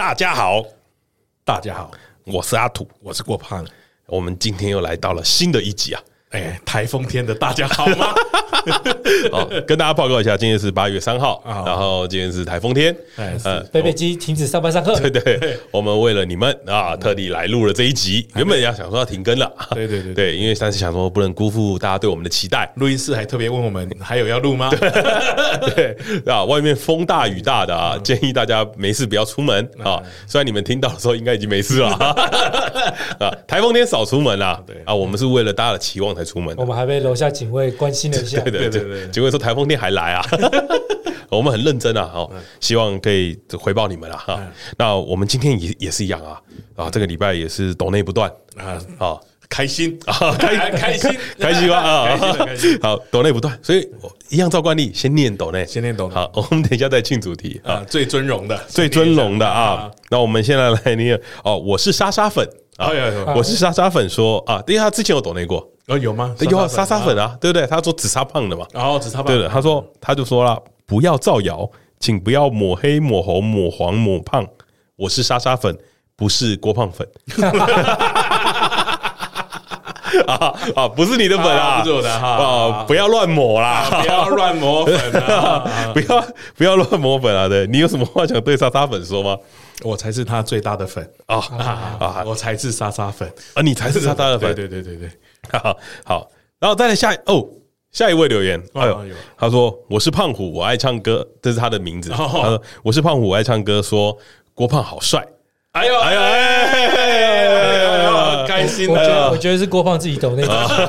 大家好， 大家好， 我是阿土， 我是郭胖。 我们今天又来到了新的一集啊！ 台风天的大家好吗？ 跟大家报告一下，今天是8月3号，然后今天是台风天， 贝贝机停止上班上课。 对，我们为了你们啊，特地来录了这一集。原本想说要停更了，对，因为但是想说不能辜负大家对我们的期待。 录音室还特别问我们还有要录吗？ 对啊，外面风大雨大的啊，建议大家没事不要出门啊。虽然你们听到的时候应该已经没事了啊，台风天少出门啦。啊，我们是为了大家的期望才出门。 我们还被楼下警卫关心了一下。 对，警卫说台风天还来啊，我们很认真啊，希望可以回报你们啦。那我们今天也是一样啊，这个礼拜也是抖内不断啊， 开心吗？啊，好，抖内不断，所以一样照惯例，先念抖内。好，我们等一下再进主题啊， 最尊荣的啊。那我们现在来念哦，我是莎莎粉。我是莎莎粉说啊，因为他之前有抖内过。 有吗？ 有莎莎粉啊，对不对？他说只杀胖的嘛， 只杀胖。 对的，他就说了，不要造谣，请不要抹黑、抹红、抹黄、抹胖。我是莎莎粉，不是郭胖粉。不是你的粉啊， 不是我的哈， 不要乱抹啦， 不要乱抹粉啊， 不要乱抹粉啊！对，你有什么话想对莎莎粉说吗？ 我才是他最大的粉我才是莎莎粉啊，你才是莎莎的粉， 对， 好，然后再来下一位留言，他说我是胖虎，我爱唱歌，这是他的名字。他说我是胖虎，我爱唱歌，说郭胖好帅。 哎呦，开心！ 我觉得是郭胖自己抖那个。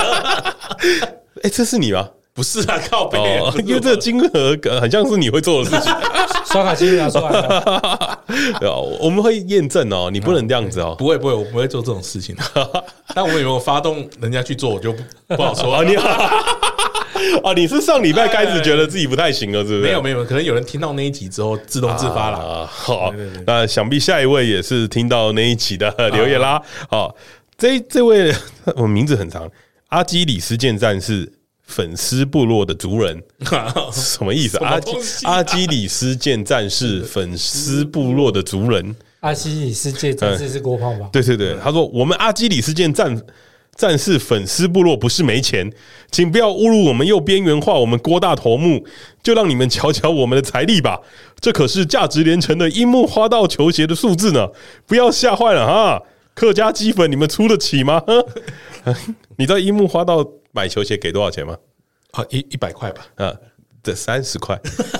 这是你吗？ 不是啊，靠北， 因为这个金额很像是你会做的事情。 刷卡机拿出来了。 我们会验证哦，你不能这样子哦。 不会，我不会做这种事情。但我有没有发动人家去做，我就不好说。 你是上礼拜开始觉得自己不太行了，是不是？ 没有，可能有人听到那一集之后自动自发了。 好，那想必下一位也是听到那一集的留言啦。好，这位我名字很长，阿基里斯腱战士粉丝部落的族人，什么意思？阿基里斯腱战士粉丝部落的族人， 阿基里斯腱战士是郭胖吧？ 对，他说我们阿基里斯腱战士粉丝部落不是没钱，请不要侮辱我们又边缘化我们郭大头目，就让你们瞧瞧我们的财力吧，这可是价值连城的樱木花道球鞋的数字呢，不要吓坏了哈！客家鸡粉你们出得起吗？你知道樱木花道买球鞋给多少钱吗 ？100块吧。 这30块。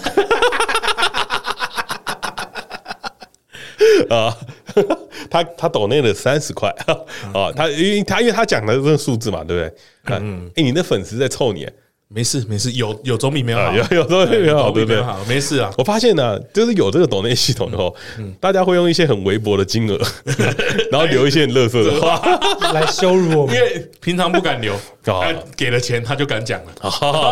他抖内了30块因为他讲的这个数字嘛，对不对？你的粉丝在凑你。 没事，有总比没有好， 有总比没有好，对不对？ 没事啊。 我发现呢，就是有这个抖内系统以后，大家会用一些很微薄的金额，然后留一些很垃圾的话来羞辱我们， 因为平常不敢留，给了钱他就敢讲了。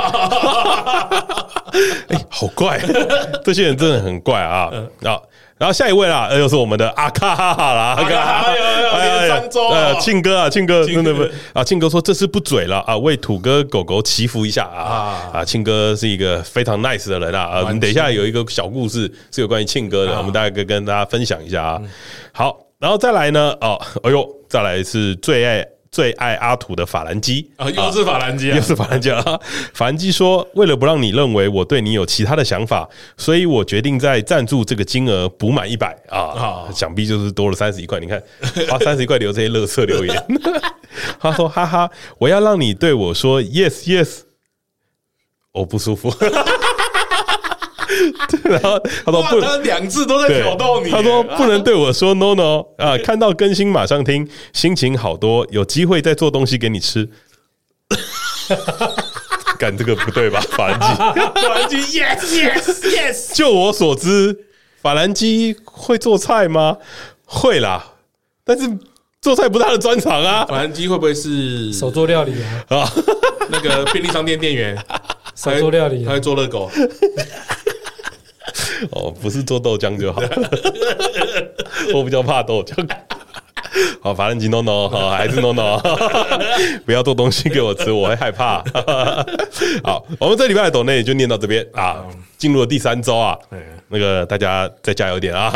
好怪，这些人真的很怪啊！然后下一位啦，又是我们的阿卡哈啦， 三周庆哥真的不庆哥说这次不嘴了啊，为土哥狗狗祈福一下庆哥是一个非常 nice 的人我们等一下有一个小故事是有关于庆哥的，我们大概跟大家分享一下好，然后再来呢再来是最爱阿土的法兰基又是法兰基法兰基说，为了不让你认为我对你有其他的想法，所以我决定在赞助这个金额补满100想必就是多了31块。你看花31块留这些垃圾留言。他说哈哈，我要让你对我说 yes， 我不舒服。然后他说不， 他2次都在挑逗你。 他说不能对我说 no 看到更新马上听，心情好多，有机会再做东西给你吃。干这个不对吧？法兰基 yes。就我所知，法兰基会做菜吗？会啦，但是做菜不是他的专长啊。 法兰基会不会是手做料理那个便利商店店员手做料理， 他会做热狗。 不是做豆浆就好。我比较怕豆浆。 好，法兰吉 no， 好，还是 no， 不要做东西给我吃，我会害怕。好，我们这礼拜的抖内就念到这边啊，进入了第3周啊，那个大家再加油一点啊。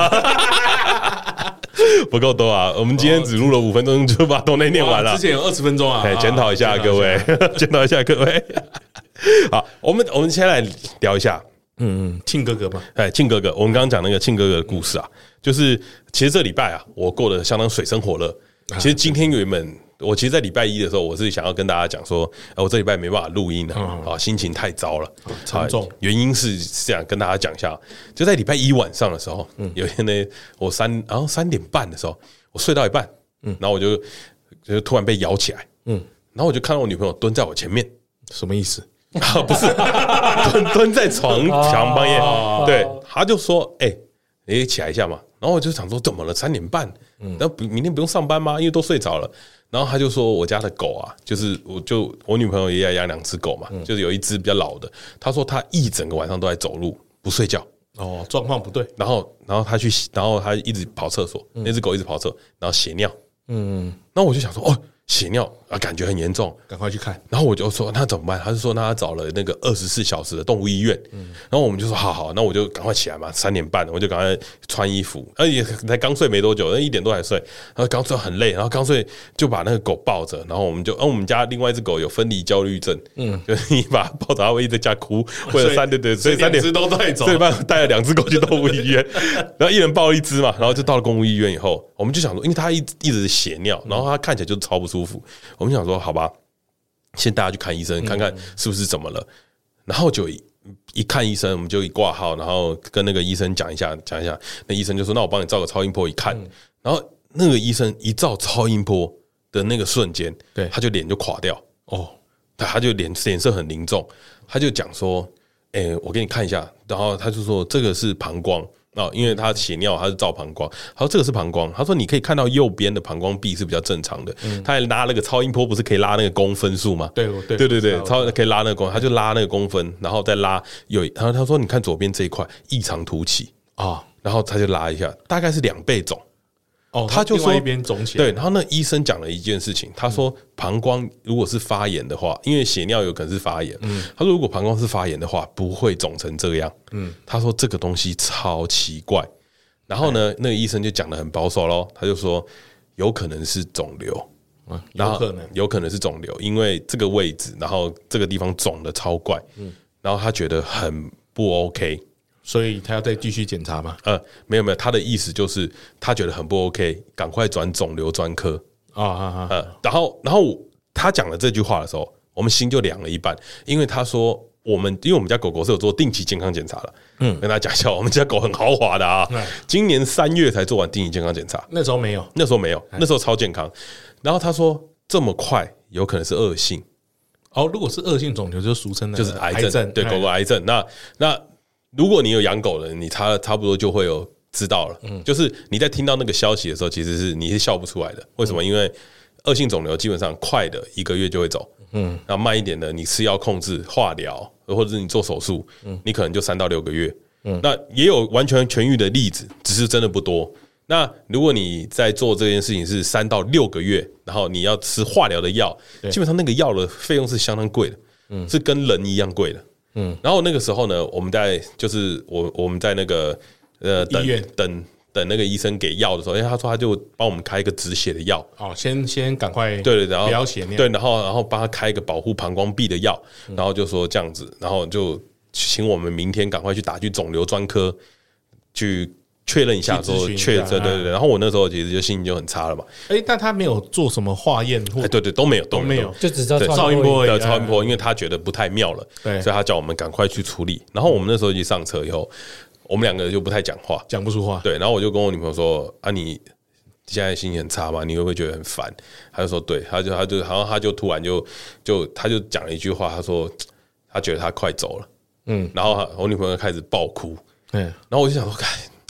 不够多啊！我们今天只录了5分钟就把抖内念完了， 之前有20分钟啊， 检讨一下各位，检讨一下各位。好，我们先来聊一下， 庆哥哥嘛， 庆哥哥，我们刚刚讲那个庆哥哥的故事啊，就是其实这礼拜啊，我过得相当水深火热。其实今天原本我其实，在礼拜1的时候，我是想要跟大家讲说，我这礼拜没办法录音了啊，心情太糟了， 沉重。 原因是这样跟大家讲一下，就在礼拜1晚上的时候，有一天呢，我3点半的时候，我睡到一半，然后我就突然被摇起来，然后我就看到我女朋友蹲在我前面， 什么意思？ 不是蹲在床旁边，对，他就说，起来一下嘛。然后我就想说，怎么了？3点半，然后明天不用上班吗？因为都睡着了。然后他就说，我家的狗啊，就是我女朋友也要养2只狗嘛，就是有一只比较老的。他说他一整个晚上都在走路，不睡觉。 哦，状况不对。 然后他一直跑厕所，那只狗一直跑厕所，然后血尿。然后我就想说，血尿啊，感觉很严重， 赶快去看。 然后我就说那怎么办？他就说他找了那个24小时的动物医院。然后我们就说好，那我就赶快起来嘛，3点半我就赶快穿衣服，也才刚睡没多久，1点多才睡，然后刚睡很累，然后刚睡就把那个狗抱着，然后我们家另外一只狗有分离焦虑症，就是你把它抱着，它会一直在哭，或者所以3点都带走， 所以带了2只狗去动物医院，然后一人抱1只嘛，然后就到了动物医院以后，我们就想说，因为它一直血尿，然后它看起来就超不舒服，我们想说好吧，先带他去看医生，看看是不是怎么了。然后就一看医生，我们就一挂号，然后跟那个医生讲一下。那医生就说：“那我帮你照个超音波。”一看，然后那个医生一照超音波的那个瞬间， 对， 他就脸就垮掉。他就脸色很凝重，他就讲说：“我给你看一下。”然后他就说：“这个是膀胱。”因为他血尿，他是照膀胱。他说这个是膀胱，他说你可以看到右边的膀胱壁是比较正常的。他还拉那个超音波，不是可以拉那个公分数吗？ 对， 可以拉那个公，他就拉那个公分，然后再拉然后他说你看左边这一块异常凸起啊，然后他就拉一下，大概是2倍肿。他就说一边肿起来。 对，然后那医生讲了一件事情，他说膀胱如果是发炎的话，因为血尿有可能是发炎，他说如果膀胱是发炎的话，不会肿成这样。他说这个东西超奇怪。然后呢，那个医生就讲得很保守咯，他就说有可能是肿瘤，有可能是肿瘤，因为这个位置，然后这个地方肿的超怪，然后他觉得很不 OK。 所以他要再继续检查吗？ 没有，他的意思就是他觉得很不 OK， 赶快转肿瘤专科然后他讲了这句话的时候，我们心就凉了一半，因为他说因为我们家狗狗是有做定期健康检查了，跟大家讲一下，我们家狗很豪华的啊，今年3月才做完定期健康检查， 那时候没有， 那时候超健康。然后他说这么快有可能是恶性如果是恶性肿瘤，就俗称的就是癌症，对，狗狗癌症。那如果你有养狗的，你差不多就会有知道了。就是你在听到那个消息的时候，其实你是笑不出来的。为什么？因为恶性肿瘤基本上快的1个月就会走，然后慢一点的，你吃药控制、化疗，或者是你做手术，你可能就3到6个月。那也有完全痊愈的例子，只是真的不多。那如果你在做这件事情是3到6个月，然后你要吃化疗的药，基本上那个药的费用是相当贵的，是跟人一样贵的。然后那个时候呢，我们在那个医院等那个医生给药的时候，因为他说他就帮我们开一个止血的药， 先赶快对，然后不要血尿， 对，然后帮他开一个保护膀胱壁的药，然后就说这样子，然后就请我们明天赶快去打去肿瘤专科去确认一下，说确诊，对。然后我那时候其实就心情就很差了嘛。 但他没有做什么化验， 对，都没有， 就只知道超音波， 超音波，因为他觉得不太妙了，所以他叫我们赶快去处理。然后我们那时候一上车以后，我们2个就不太讲话， 讲不出话。 对，然后我就跟我女朋友说：“你现在心情很差吗？你会不会觉得很烦？”他就说：“对。”他就突然他就讲了一句话，他说他觉得他快走了。然后我女朋友开始爆哭。然后我就想说，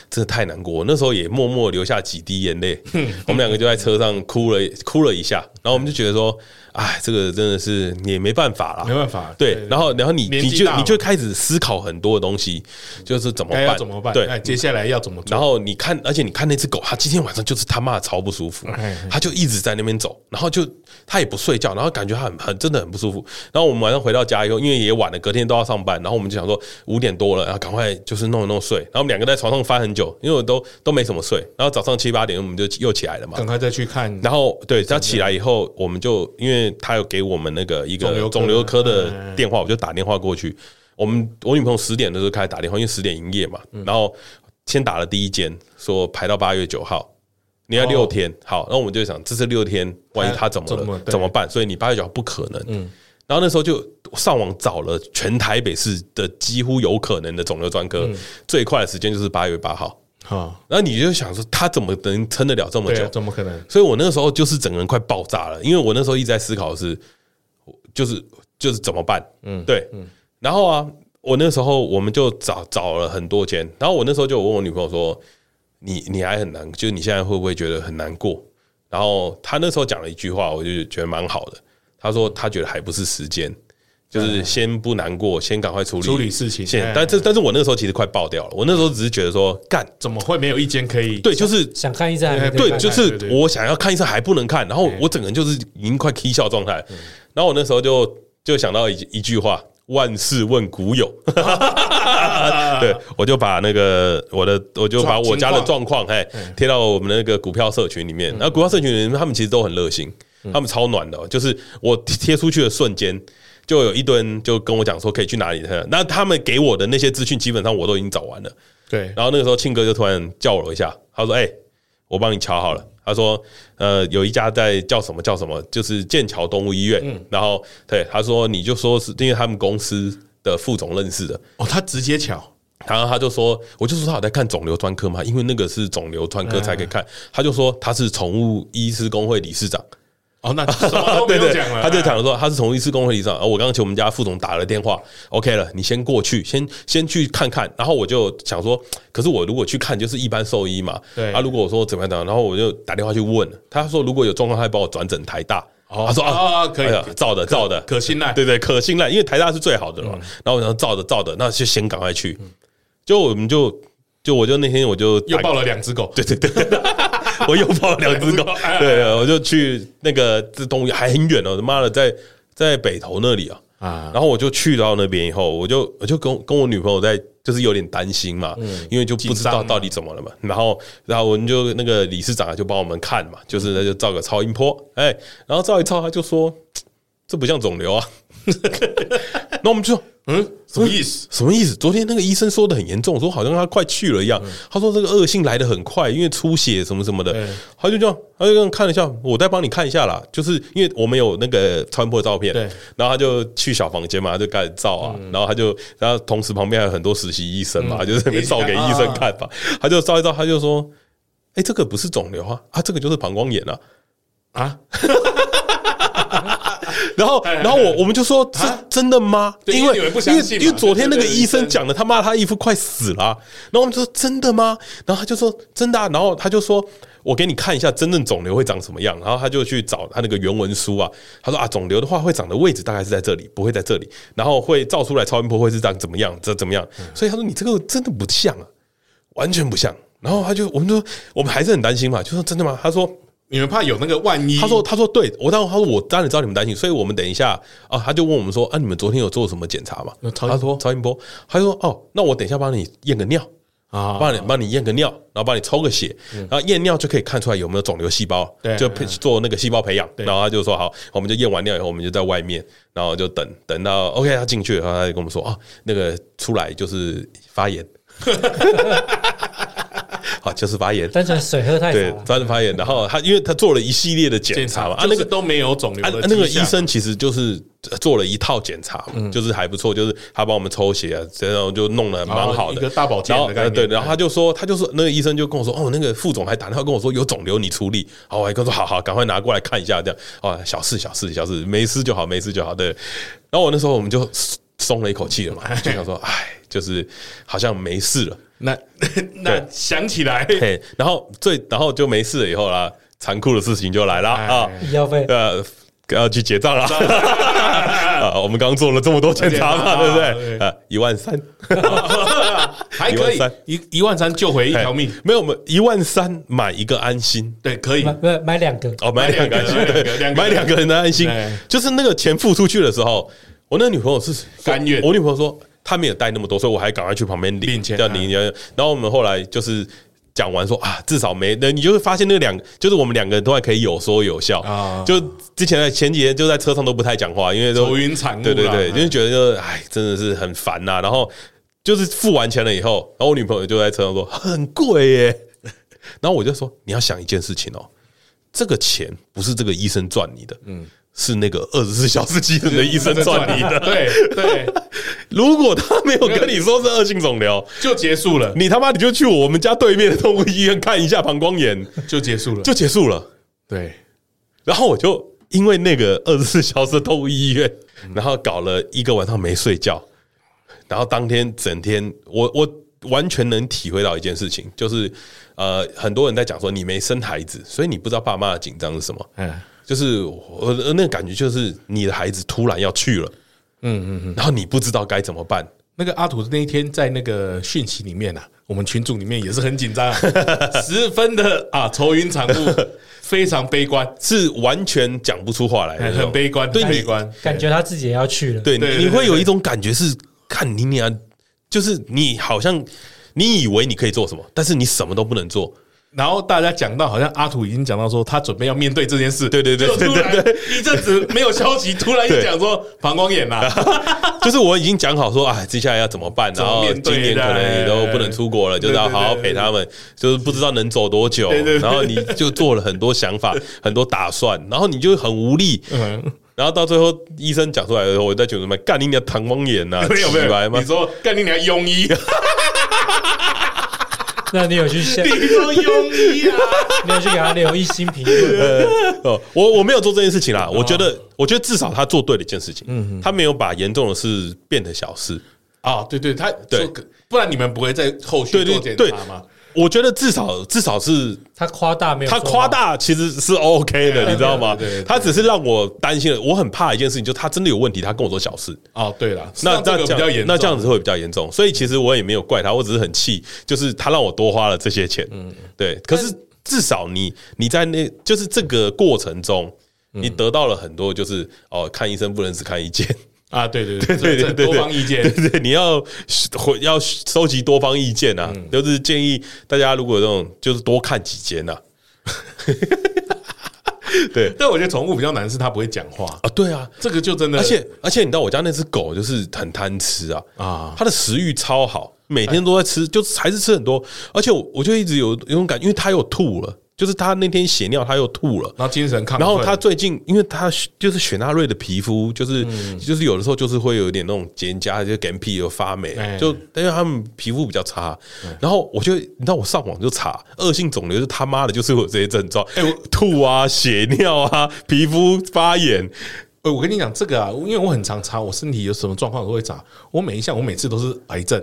真的太难过。那时候也默默流下几滴眼泪，我们两个就在车上哭了一下，然后我们就觉得说，哎，这个真的是也没办法啦， 没办法。 对，然后你就开始思考很多的东西，就是怎么办？对， 接下来要怎么做？ 然后你看，而且你看那只狗，它今天晚上就是他妈的超不舒服，它就一直在那边走，然后它也不睡觉，然后感觉它真的很不舒服。然后我们晚上回到家以后，因为也晚了，隔天都要上班，然后我们就想说5点多了，然后赶快就是弄一弄睡。然后我们两个在床上翻很久，因为我都没什么睡。然后早上7、8点我们就又起来了嘛， 赶快再去看。 然后对，他起来以后，我们就因为他有给我们一个肿瘤科的电话，我就打电话过去。我女朋友10点的时候开始打电话，因为10点营业嘛，然后先打了第一间，说排到8月9号。你要6天，好，那我们就想，这是6天，万一他怎么了怎么办？所以你8月9号不可能。然后那时候就上网找了全台北市的几乎有可能的肿瘤专科，最快的时间就是8月8号。然后你就想说，他怎么能撑得了这么久？ 怎么可能？ 所以我那个时候就是整个人快爆炸了，因为我那时候一直在思考的是，就是怎么办？对。然后啊，我那时候我们就找了很多间，然后我那时候就问我女朋友说。你还很难，就是你现在会不会觉得很难过？然后他那时候讲了一句话，我就觉得蛮好的。他说他觉得还不是时间，就是先不难过，先赶快处理事情。 但是我那个时候其实快爆掉了。我那时候只是觉得说，干怎么会没有一间可以？ 对，就是想看医生， 对，就是我想要看医生还不能看，然后我整个人就是已经快 K 笑状态。然后我那时候就想到一句话。万事问古有，对，我就把我就把我家的状况贴到我们那个股票社群里面。那股票社群里面他们其实都很热心，他们超暖的，就是我贴出去的瞬间，就有一堆人就跟我讲说可以去哪里。那他们给我的那些资讯，基本上我都已经找完了。 对， 然后那个时候庆哥就突然叫我一下，他说：“我帮你瞧好了。”他说：“有一家在叫什么，就是剑桥动物医院。然后对他说，你就说是因为他们公司的副总认识的。 他直接瞧。 然后他就说，我就说他有在看肿瘤专科嘛，因为那个是肿瘤专科才可以看。他就说他是宠物医师工会理事长。 那什么都没有讲了。 他就讲说他是宠物医师工会理事长。我刚刚请我们家副总打了电话 ，OK 了，你先过去，先去看看。然后我就想说，可是我如果去看就是一般兽医嘛， 对如果我说怎么样，然后我就打电话去问，他说如果有状况，他会帮我转诊台大。他说可以， 照的， 可信赖， 对，可信赖，因为台大是最好的嘛。然后我想照的，那就先赶快去。就我们就我就那天我就又抱了2只狗， 对，我又抱了2只狗，对，我就去那个这动物园还很远哦，他妈的在北投那里啊，然后我就去到那边以后，我就跟我女朋友就是有点担心嘛，因为就不知道到底怎么了嘛。然后我们就那个理事长就帮我们看嘛，就是他就照个超音波，然后照一照，他就说这不像肿瘤啊。那我们就说什么意思？ 什么意思？昨天那个医生说的很严重，说好像他快去了一样。他说这个恶性来得很快，因为出血什么什么的。他就这样看了一下，我再帮你看一下啦。就是因为我们有那个超音波的照片，然后他就去小房间嘛，他就开始照啊，然后同时旁边还有很多实习医生嘛，就是那边照给医生看吧。他就照一照，他就说：“这个不是肿瘤啊，这个就是膀胱炎啊。”然后我们就说真的吗？ 因为因为昨天那个医生讲的，他妈他一副快死了。然后我们就说真的吗？然后他就说真的。然后他就说我给你看一下真正肿瘤会长什么样。然后他就去找他那个原文书啊。他说肿瘤的话会长的位置大概是在这里，不会在这里。然后会照出来超音波会是长怎么样，怎么样？所以他说你这个真的不像啊，完全不像。然后我们就说我们还是很担心嘛，就说真的吗？他说。 你们怕有那个万一？ 他说对，他说我当然知道你们担心，所以我们等一下他就问我们说你们昨天有做什么检查吗？他说超音波，他说那我等一下帮你验个尿帮你验个尿，然后帮你抽个血，然后验尿就可以看出来有没有肿瘤细胞，就做那个细胞培养。然后他就说好，我们就验完尿以后，我们就在外面，然后就等到 OK 他进去了，然后他就跟我们说那个出来就是发炎。好，就是发炎， 单纯水喝太少， 对，单纯发炎。然后因为他做了一系列的检查嘛， 那个都没有肿瘤的迹象。 那个医生其实就是做了一套检查，就是还不错，就是他帮我们抽血然后就弄得蛮好的， 一个大保健的概念。 对，然后他就说那个医生就跟我说，那个副总还打电话跟我说有肿瘤你处理，我还跟我说好，赶快拿过来看一下，这样小事，没事就好。对，然后那时候我们就松了一口气了嘛，就想说就是好像没事了。 那想起来， 嘿，然后就没事了以后啦，残酷的事情就来了啊， 医药费要去结账了啊！我们刚做了这么多检查嘛，对不对？13000， 还可以13000救回一条命。 没有，我们13000买一个安心， 对，可以买2个哦，买2个安心，对，买2个人的安心，就是那个钱付出去的时候，我那个女朋友是甘愿， 我女朋友说她没有带那么多，所以我还赶快去旁边领钱，然后我们后来就是讲完说啊，至少没，你就会发现那2个，就是我们2个人都还可以有说有笑啊。就之前前几天就在车上都不太讲话，因为都愁云惨雾， 对，就是觉得哎，真的是很烦呐。然后就是付完钱了以后，然后我女朋友就在车上说很贵耶，然后我就说你要想一件事情哦，这个钱不是这个医生赚你的，是那个24小时急诊的医生赚你的。 对， 如果他没有跟你说是恶性肿瘤， 就结束了。 你他妈你就去我们家对面的动物医院看一下膀胱炎， 就结束了。对， 然后我就因为那个24小时的动物医院，然后搞了1个晚上没睡觉，然后当天整天我完全能体会到一件事情，就是很多人在讲说你没生孩子，所以你不知道爸妈的紧张是什么。就是我那个感觉，就是你的孩子突然要去了，然后你不知道该怎么办。 那个阿土那一天在那个讯息里面啊，我们群组里面也是很紧张，十分的愁云惨雾，非常悲观， 是完全讲不出话来的， 很悲观， 对， 悲观， 感觉他自己也要去了。 对，你会有一种感觉是，看你俩，就是你好像你以为你可以做什么，但是你什么都不能做。 然后大家讲到，好像阿土已经讲到说他准备要面对这件事， 对， 突然一阵子没有消息，突然就讲说膀胱炎啦， 就是我已经讲好说啊，接下来要怎么办，然后今年可能也都不能出国了，就是要好好陪他们，就是不知道能走多久，然后你就做了很多想法、很多打算，然后你就很无力。然后到最后，医生讲出来的时候，我在觉得干你娘膀胱炎呐， 没有，你说干你娘庸医。 那你有去？ 你说庸医啊？ 你有去给他留1星评论？ 我没有做这件事情啦。我觉得至少他做对了一件事情，他没有把严重的事变成小事啊。对，不然你们不会在后续做检查吗？ 我觉得至少是他夸大没有， 他夸大其实是 OK 的，你知道吗？他只是让我担心了，我很怕一件事情，就是他真的有问题，他跟我说小事。 哦，对了， 那这个比较严重， 那这样子会比较严重，所以其实我也没有怪他，我只是很气，就是他让我多花了这些钱。对。可是至少你在就是这个过程中，你得到了很多，就是看医生不能只看一件。 啊，对，多方意见， 对，你要收集多方意见啊，就是建议大家如果有这种，就是多看几间啊。对， 但我觉得宠物比较难，是它不会讲话啊。对啊， 这个就真的，而且你知道我家那只狗就是很贪吃啊，它的食欲超好，每天都在吃，就是还是吃很多，而且我就一直有种感觉，因为它又吐了。就是他那天血尿，他又吐了， 然后精神亢奋。 然后他最近，因为他就是雪纳瑞的皮肤，就是有的时候就是会有一点那种结痂，就干皮又发霉，就因为他们皮肤比较差。然后我就你知道，我上网就查恶性肿瘤，就他妈的就是有这些症状，吐啊、血尿啊、皮肤发炎。 我跟你讲这个啊，因为我很常查我身体有什么状况都会查，我每一项我每次都是癌症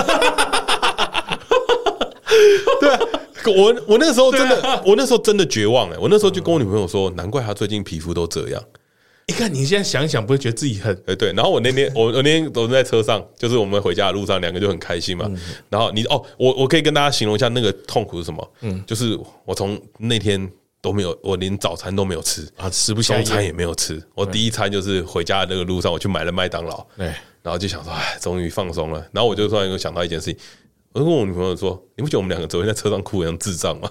对啊。我那时候真的，我那时候真的绝望我那时候就跟我女朋友说，难怪她最近皮肤都这样。 你看你现在想一想，不会觉得自己很对。然后我那天我们在车上，就是我们回家的路上，两个就很开心嘛。然后我可以跟大家形容一下那个痛苦是什么？就是我从那天都没有，我连早餐都没有吃啊，吃不下， 中餐也没有吃。我第一餐就是回家的那个路上，我去买了麦当劳，然后就想说，哎，终于放松了。然后我就突然又想到一件事情。我就跟我女朋友说：“你不觉得我们两个昨天在车上哭得像智障吗？”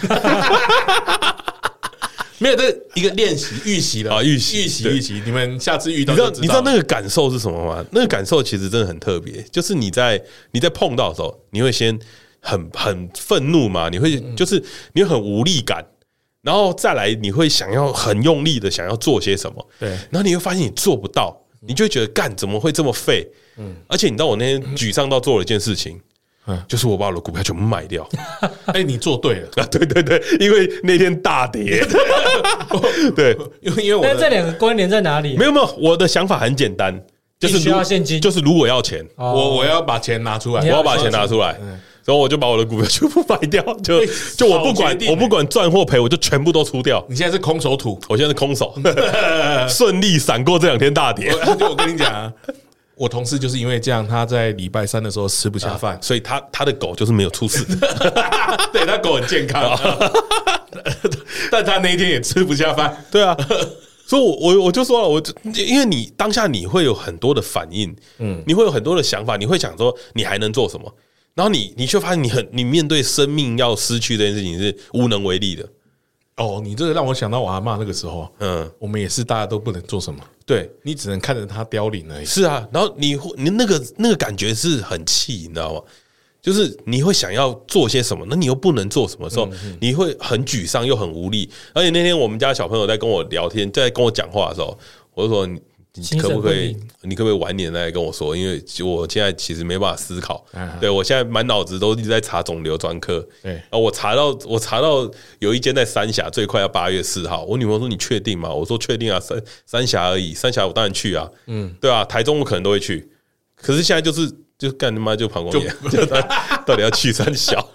没有，这一个练习预习的预习。 你们下次遇到你知道那个感受是什么吗？那个感受其实真的很特别，就是你在碰到的时候，你会先很愤怒嘛，你会就是你会很无力感，然后再来你会想要很用力的想要做些什么， 对， 然后你会发现你做不到，你就会觉得干怎么会这么废？而且你知道我那天沮丧到做了一件事情。就是我把我的股票全部卖掉。 你做对了啊！对，因为那天大跌。对， 因为我这两个关联在哪里？ 没有，我的想法很简单，就是需要现金， 就是如果要钱， 我要把钱拿出来， 我要把钱拿出来。 然后我就把我的股票全部卖掉，就我不管赚或赔，我就全部都出掉。 你现在是空手土， 我现在是空手，顺利闪过这2天大跌。 我跟你讲啊，我同事就是因为这样，他在礼拜3的时候吃不下饭， 所以他的狗就是没有出事。 对，他狗很健康，但他那一天也吃不下饭。 对啊。所以我就说了，因为你当下你会有很多的反应，你会有很多的想法，你会想说你还能做什么，然后你却发现你面对生命要失去这件事情是无能为力的。 哦，你这个让我想到我阿嬷那个时候，我们也是大家都不能做什么， 对你只能看着它凋零而已。 是啊，然后你那个感觉是很气，你知道吗？就是你会想要做些什么，那你又不能做什么时候，你会很沮丧又很无力。而且那天我们家小朋友在跟我聊天，在跟我讲话的时候，我就说你可不可以晚一点再跟我说？因为我现在其实没办法思考，对我现在满脑子都一直在查肿瘤专科。对，我查到有一间在三峡，最快要8月4号。我女朋友说你确定吗？我说确定啊，三峡而已，三峡我当然去啊，对啊，台中我可能都会去。可是现在就干他妈就膀胱炎，到底要去三小？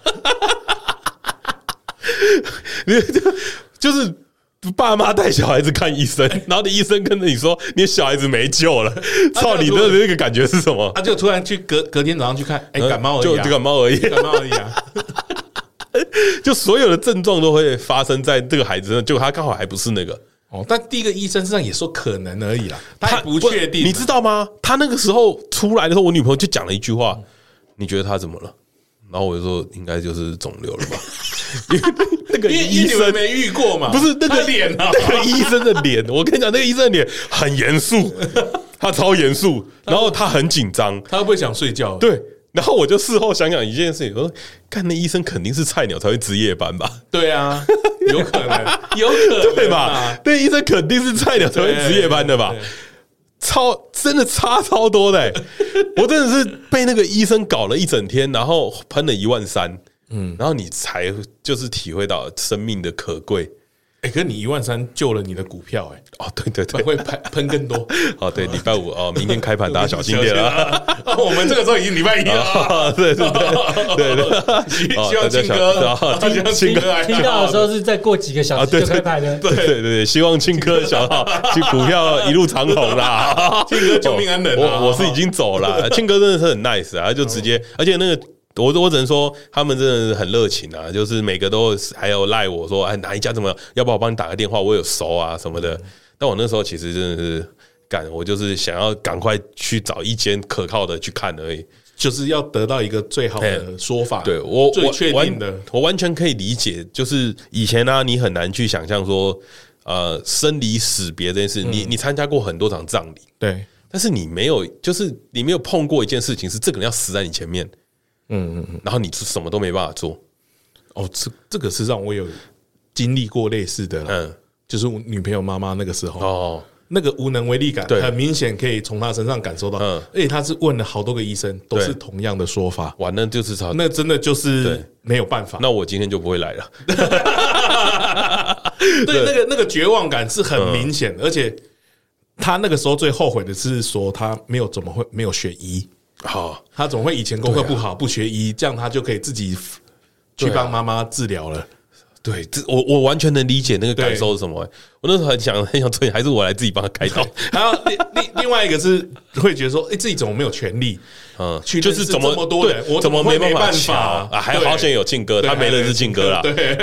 就是爸妈带小孩子看医生，然后医生跟着你说你的小孩子没救了，操你的那个感觉是什么？ 他就突然去隔天早上去看，感冒而已， 就感冒而已， 感冒而已啊！ 就所有的症状都会发生在这个孩子身上，结果他刚好还不是那个。 但第一个医生身上也说可能而已啦，他不确定。 你知道吗？他那个时候出来的时候，我女朋友就讲了一句话：“你觉得他怎么了？”然后我就说：“应该就是肿瘤了吧。”因为那个医生没遇过嘛， 不是那个脸啊， 那个医生的脸，我跟你讲，那个医生的脸很严肃，他超严肃，然后他很紧张， 他会不会想睡觉？ 对。然后我就事后想想一件事情，说看那医生肯定是菜鸟才会值夜班吧？ 对啊，有可能，有可能对吧？那医生肯定是菜鸟才会值夜班的吧？真的差超多的欸，我真的是被那个医生搞了一整天，然后喷了13000，然后你才就是体会到生命的可贵。 可是你13000救了你的股票， 对， 会喷更多。 对，礼拜5明天开盘大家小心点了。 我们这个时候已经礼拜1了。 对， 希望庆哥， 庆哥听到的时候是再过几个小时就开盘的。 对，希望庆哥小号股票一路长红啦。 庆哥救命恩人， 我是已经走了。庆哥真的是很 nice 啊，就直接，而且那个。我只能说他们真的是很热情啊，就是每个都还有赖我说，哪一家怎么样，要不要我帮你打个电话，我有熟啊什么的。但我那时候其实真的是我就是想要赶快去找一间可靠的去看而已， 就是要得到一个最好的说法。 对，我最确定的， 我完全可以理解。就是以前呢，你很难去想象说，生离死别这件事，你参加过很多场葬礼， 对， 但是你没有碰过一件事情，是这个人要死在你前面。然后你什么都没办法做。 这个是让我有经历过类似的，就是我女朋友妈妈那个时候，那个无能为力感，很明显可以从她身上感受到。而且她是问了好多个医生，都是同样的说法。 哇，那就是那真的就是没有办法。 那我今天就不会来了。 对，那个绝望感是很明显的，而且她那个时候最后悔的是说她没有学医。他怎么会以前功课不好不学医，这样他就可以自己去帮妈妈治疗了？ 对，我完全能理解那个感受是什么。我那时候很想做，还是我来自己帮他开刀。 然后另外一个是会觉得说，自己怎么没有权利？ 就是这么多人，我怎么没办法啊？还好险有庆哥，他没认识庆哥啦。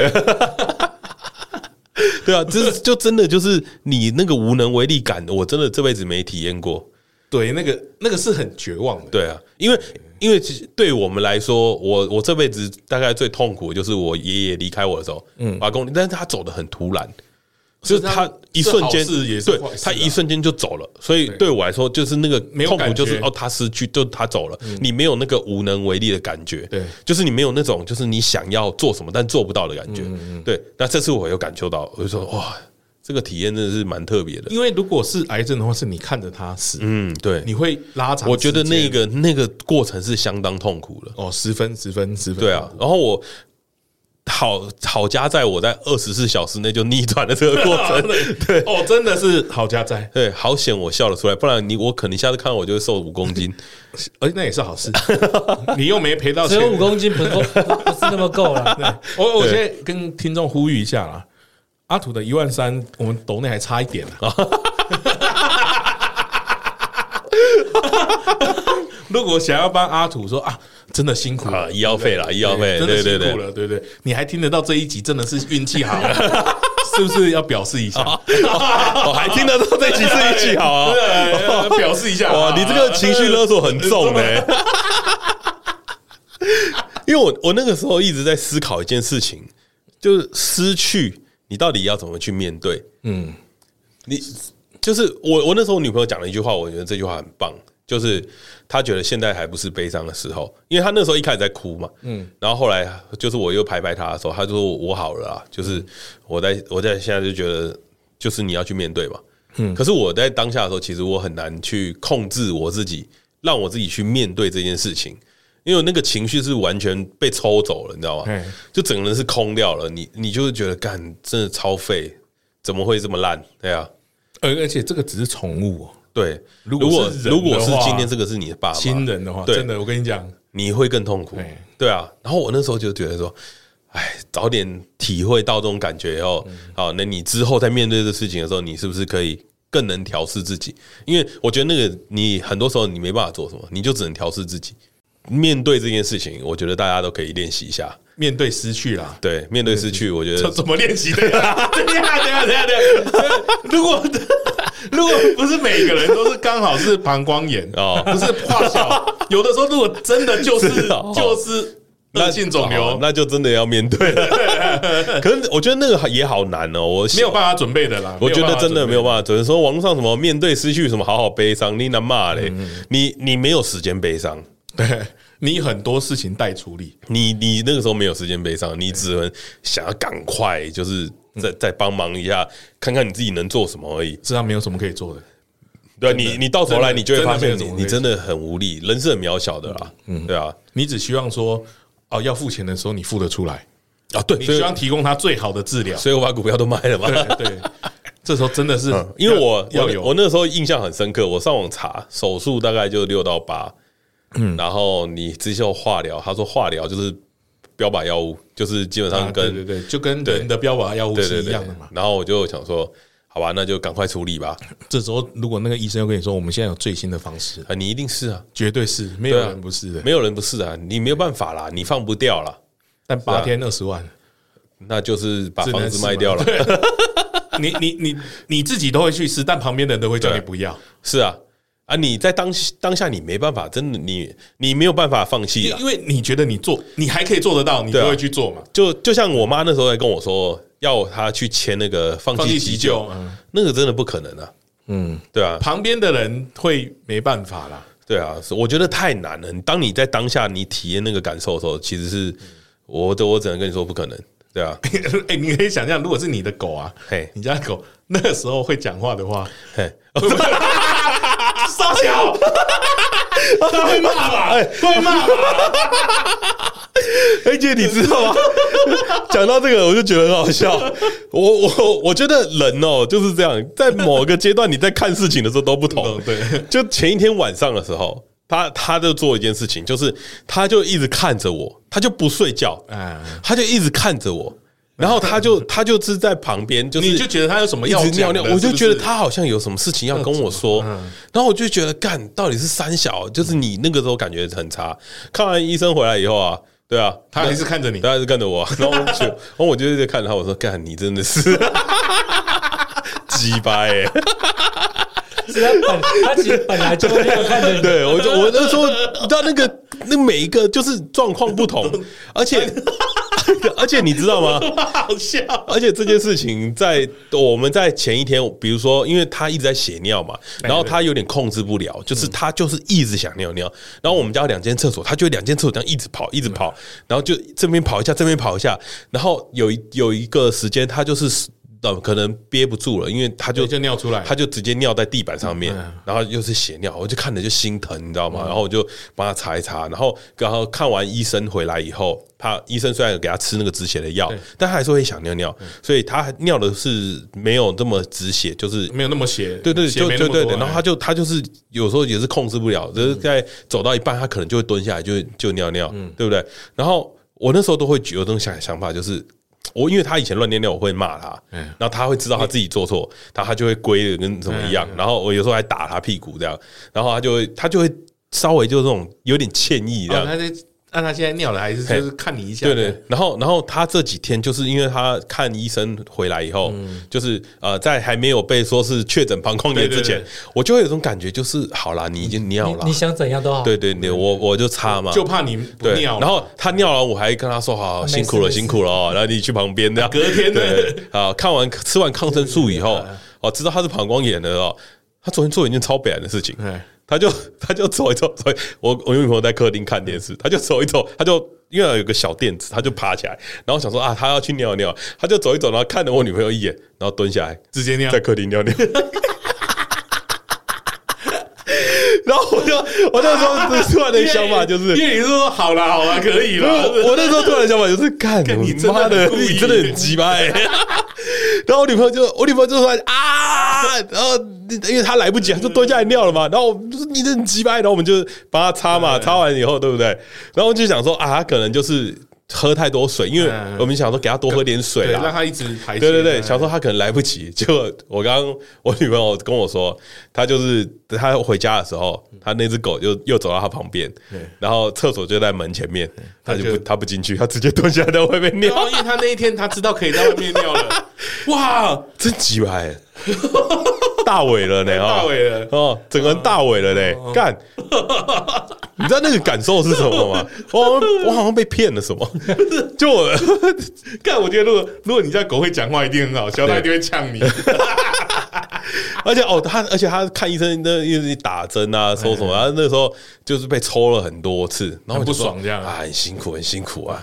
对啊，就真的就是你那个无能为力感，我真的这辈子没体验过。 对，那个是很绝望的。 对啊，因为对我们来说，我这辈子大概最痛苦的就是我爷爷离开我的时候，阿公，但是他走得很突然，就是他一瞬间，对，他一瞬间就走了，所以对我来说，就是那个痛苦，就是他失去，就他走了，你没有那个无能为力的感觉，对，就是你没有那种就是你想要做什么但做不到的感觉，对。那这次我有感受到，我就说哇。这个体验真的是蛮特别的， 因为如果是癌症的话，是你看着它死， 对， 你会拉长。 我觉得那个过程是相当痛苦的 10分， 对啊。然后好加在我在24小时内就逆转的这个过程，对哦，真的是好加在， 对，好险我笑了出来，不然我可能下次看到我就会瘦5公斤， 那也是好事，你又没赔到钱，只有5公斤不是那么够了。 我现在跟听众呼吁一下啦，阿土的13000，我们抖内还差一点了。如果想要帮阿土说啊，真的辛苦了， 医药费啦，医药费， 真的辛苦了，对对，你还听得到这一集，真的是运气好，是不是要表示一下？ 我还听得到这一集是运气好啊， 表示一下。 哇，你这个情绪勒索很重欸。因为我那个时候一直在思考一件事情，就是失去你到底要怎么去面对？你就是我那时候我女朋友讲了一句话，我觉得这句话很棒。就是他觉得现在还不是悲伤的时候，因为他那时候一开始在哭嘛，然后后来就是我又拍他的时候，他就说我好了啦，就是我在现在就觉得就是你要去面对嘛，可是我在当下的时候，其实我很难去控制我自己，让我自己去面对这件事情，因为那个情绪是完全被抽走了，你知道吗？就整个人是空掉了，你就会觉得干真的超废，怎么会这么烂？对啊， 而且这个只是宠物哦。 对，如果是今天这个是你的爸妈亲人的话，真的我跟你讲， 你会更痛苦。对啊，然后我那时候就觉得说，哎，早点体会到这种感觉以后，好，那你之后在面对这事情的时候，你是不是可以更能调适自己？因为我觉得那个你很多时候你没办法做什么，你就只能调适自己。面对这件事情，我觉得大家都可以练习一下。 面对失去啦， 对，面对失去，我觉得怎么练习的？等一下，如果不是每个人都是刚好是膀胱炎哦，不是化小，有的时候如果真的就是恶性肿瘤， 那就真的要面对了。可是我觉得那个也好难哦，我没有办法准备的啦。 我觉得真的没有办法，只能说网络上什么面对失去什么好好悲伤，你能骂嘞？你没有时间悲伤， 对。你很多事情待处理， 你那个时候没有时间悲伤，你只能想要赶快，就是再帮忙一下，看看你自己能做什么而已。 实际上没有什么可以做的， 对啊，你到头来你就会发现你真的很无力，人是很渺小的啦，对啊， 你只希望说哦，要付钱的时候你付得出来啊，对， 你希望提供他最好的治疗， 所以我把股票都卖了嘛， 对，这时候真的是， 因为我那时候印象很深刻，我上网查手术大概就6到8。然后你之后化疗，他说化疗就是标靶药物，就是基本上跟对，就跟人的标靶药物是一样的嘛。 然后我就想说，好吧，那就赶快处理吧。 这时候如果那个医生又跟你说，我们现在有最新的方式啊，你一定是啊， 绝对是，没有人不是的， 没有人不是啊，你没有办法啦，你放不掉啦。 但8天20万， 那就是把房子卖掉了。 你自己都会去试，但旁边的人都会叫你不要。 是啊。啊！你在当下你没办法，真的你没有办法放弃， 因为你觉得你还可以做得到，你就会去做嘛。 就像我妈那时候在跟我说，要她去签那个放弃急救，那个真的不可能啊。对啊， 旁边的人会没办法啦。 对啊，我觉得太难了。当你在当下你体验那个感受的时候，其实是我只能跟你说不可能。对啊， 你可以想象，如果是你的狗啊，你家狗那个时候会讲话的话，傻小，他会骂吧？会骂吧？ 姐，你知道吗？讲到这个，我就觉得很好笑。我觉得人哦就是这样，在某个阶段你在看事情的时候都不同。 对， 就前一天晚上的时候，他就做一件事情，就是他就一直看着我，他就不睡觉，他就一直看着我。然后他就是在旁边，就是你就觉得他有什么要尿尿，我就觉得他好像有什么事情要跟我说，然后我就觉得干到底是三小，就是你那个时候感觉很差。看完医生回来以后啊，对啊， 他还是看着你， 他还是看着我，然后我就在看着他，我说干你真的是鸡掰欸。 他其实本来就会看着你， 对我那时候你知道那每一个就是状况不同，而且你知道吗？ 好笑！ 而且这件事情我们在前一天，比如说，因为他一直在血尿嘛，然后他有点控制不了，就是他就是一直想尿尿，然后我们家有2间厕所，他就2间厕所这样一直跑，然后就这边跑一下，这边跑一下，然后有一个时间他就是可能憋不住了，因为他就尿出来， 他就直接尿在地板上面，然后又是血尿，我就看着就心疼，你知道吗？然后我就帮他擦一擦，然后看完医生回来以后，医生虽然有给他吃那个止血的药，但他还是会想尿，所以他尿的是没有这么止血，就是没有那么血， 对，对，然后他就是有时候也是控制不了，就是在走到一半，他可能就会蹲下来就尿尿，对不对？然后我那时候都会有这种想法，就是因为他以前乱尿尿，我会骂他，然后他会知道他自己做错，他就会归的跟什么一样，然后我有时候还打他屁股这样，然后他就会稍微就这种有点歉意这样。 那他现在尿了，还是就是看你一下？ 对，然后他这几天就是因为他看医生回来以后，就是在还没有被说是确诊膀胱炎之前，我就会有种感觉，就是好啦，你已经尿了， 你想怎样都好。 对，我就擦嘛， 就怕你不尿。 然后他尿了，我还跟他说好辛苦了哦，然后你去旁边这样。 隔天对啊，吃完抗生素以后，知道他是膀胱炎了哦。他昨天做一件超北蓝的事情，他就走一走，所以我女朋友在客厅看电视，他就走一走，他就因为有个小垫子，他就爬起来，然后想说他要去尿尿，他就走一走，然后看了我女朋友一眼，然后蹲下来， 直接尿在客厅尿尿。然后我那时候突然的想法就是， 因为你说好了，可以了。 我那时候突然的想法就是，干你妈的，你真的很鸡巴欸。然后我女朋友就说啊，然后因为她来不及，她就蹲下来尿了嘛。然后我就说你这很鸡巴，然后我们就帮她擦嘛，擦完以后对不对？然后我就想说她可能就是喝太多水，因为我们想说给他多喝点水啦， 让他一直排血。对，想说他可能来不及。结果我女朋友跟我说，他回家的时候，他那只狗又走到他旁边，然后厕所就在门前面，他不进去，他直接蹲下来在外面尿。 因为他那一天他知道可以在外面尿了，哇， 真鸡掰！大尾了呢， 大尾了哦，整个人大尾了呢，干！你知道那个感受是什么吗？我好像被骗了什么？就我干，我觉得如果你家狗会讲话，一定很好笑，它一定会呛你。 而且他看医生那一直打针啊，说什么？他那时候就是被抽了很多次，然后很不爽这样啊，很辛苦啊，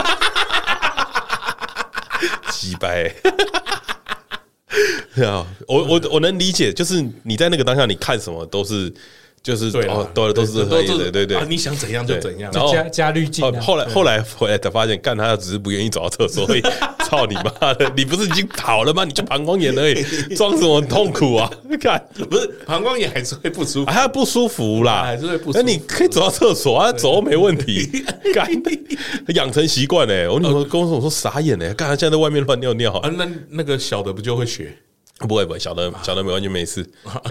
鸡掰。对啊，我能理解，就是你在那个当下，你看什么都是，就是都是合理的，对， 你想怎样就怎样， 然后加滤镜。 后来回来才发现，干他只是不愿意走到厕所而已。操你妈的！你不是已经跑了吗？你就膀胱炎而已，装什么痛苦啊？看， 不是膀胱炎还是会不舒服， 还不舒服啦， 还是会不舒服。 那你可以走到厕所啊，走没问题。干，养成习惯嘞。我女朋友跟我说傻眼嘞，干他现在在外面乱尿尿啊。那个小的不就会学？ 不会，小的没完全没事。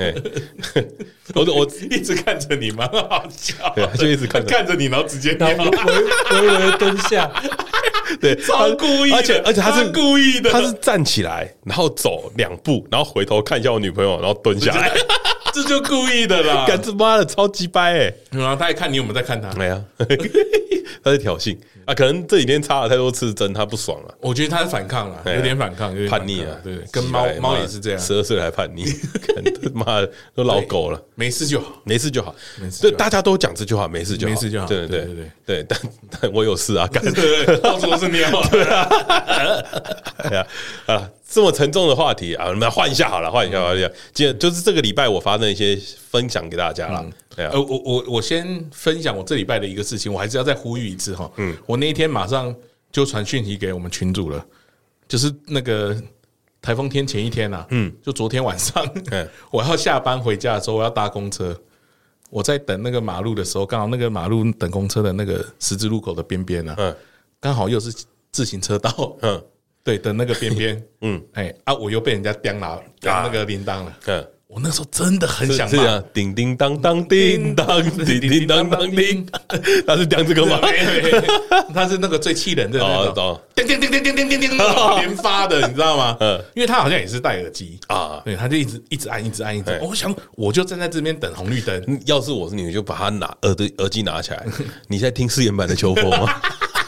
我一直看着你，蛮好笑。 对，就一直看着你，然后直接尿， 微蹲下。 对， 超故意的， 而且他是故意的， 他是站起来，然后走2步，然后回头看一下我女朋友，然后蹲下来， 这就故意的啦！ 干他妈的超鸡掰哎！ 然后他还看你有没有在看他？ 没有，他在挑衅啊！可能这几天插了太多次针，他不爽了。 我觉得他是反抗了，有点反抗，有点叛逆啊！ 对，跟猫也是这样 ，12岁还叛逆，妈的都老狗了， 没事就好， 没事就好。对，大家都讲这句话，没事就好，对，但我有事啊，干， 到处都是尿， 对啊，哎呀啊！这么沉重的话题啊，我们换一下好了，换一下。今天就是这个礼拜我发生一些分享给大家了。 我先分享我这礼拜的一个事情，我还是要再呼吁一次哈。我那一天马上就传讯息给我们群组了，就是那个台风天前一天啊，就昨天晚上，我要下班回家的时候，我要搭公车，我在等那个马路的时候，刚好那个马路等公车的那个十字路口的边边啊，刚好又是自行车道，对的那个边边，我又被人家叼那个铃铛了，我那时候真的很想骂， 叮叮当当叮当叮叮当当叮，他是叼这个吗？ 他是那个最气人的那种，叮叮叮叮叮叮叮叮连发的，你知道吗？因为他好像也是戴耳机啊，对，他就一直按。我想我就站在这边等红绿灯， 要是我是你，就把他耳机拿起来，你在听誓言版的秋风吗？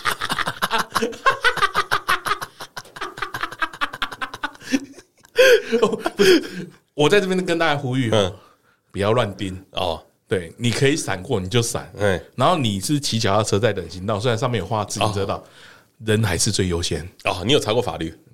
不是，我在这边跟大家呼吁，不要乱盯哦。对，你可以闪过你就闪，然后你是骑脚踏车在人行道，虽然上面有画自行车道，人还是最优先哦。你有查过法律？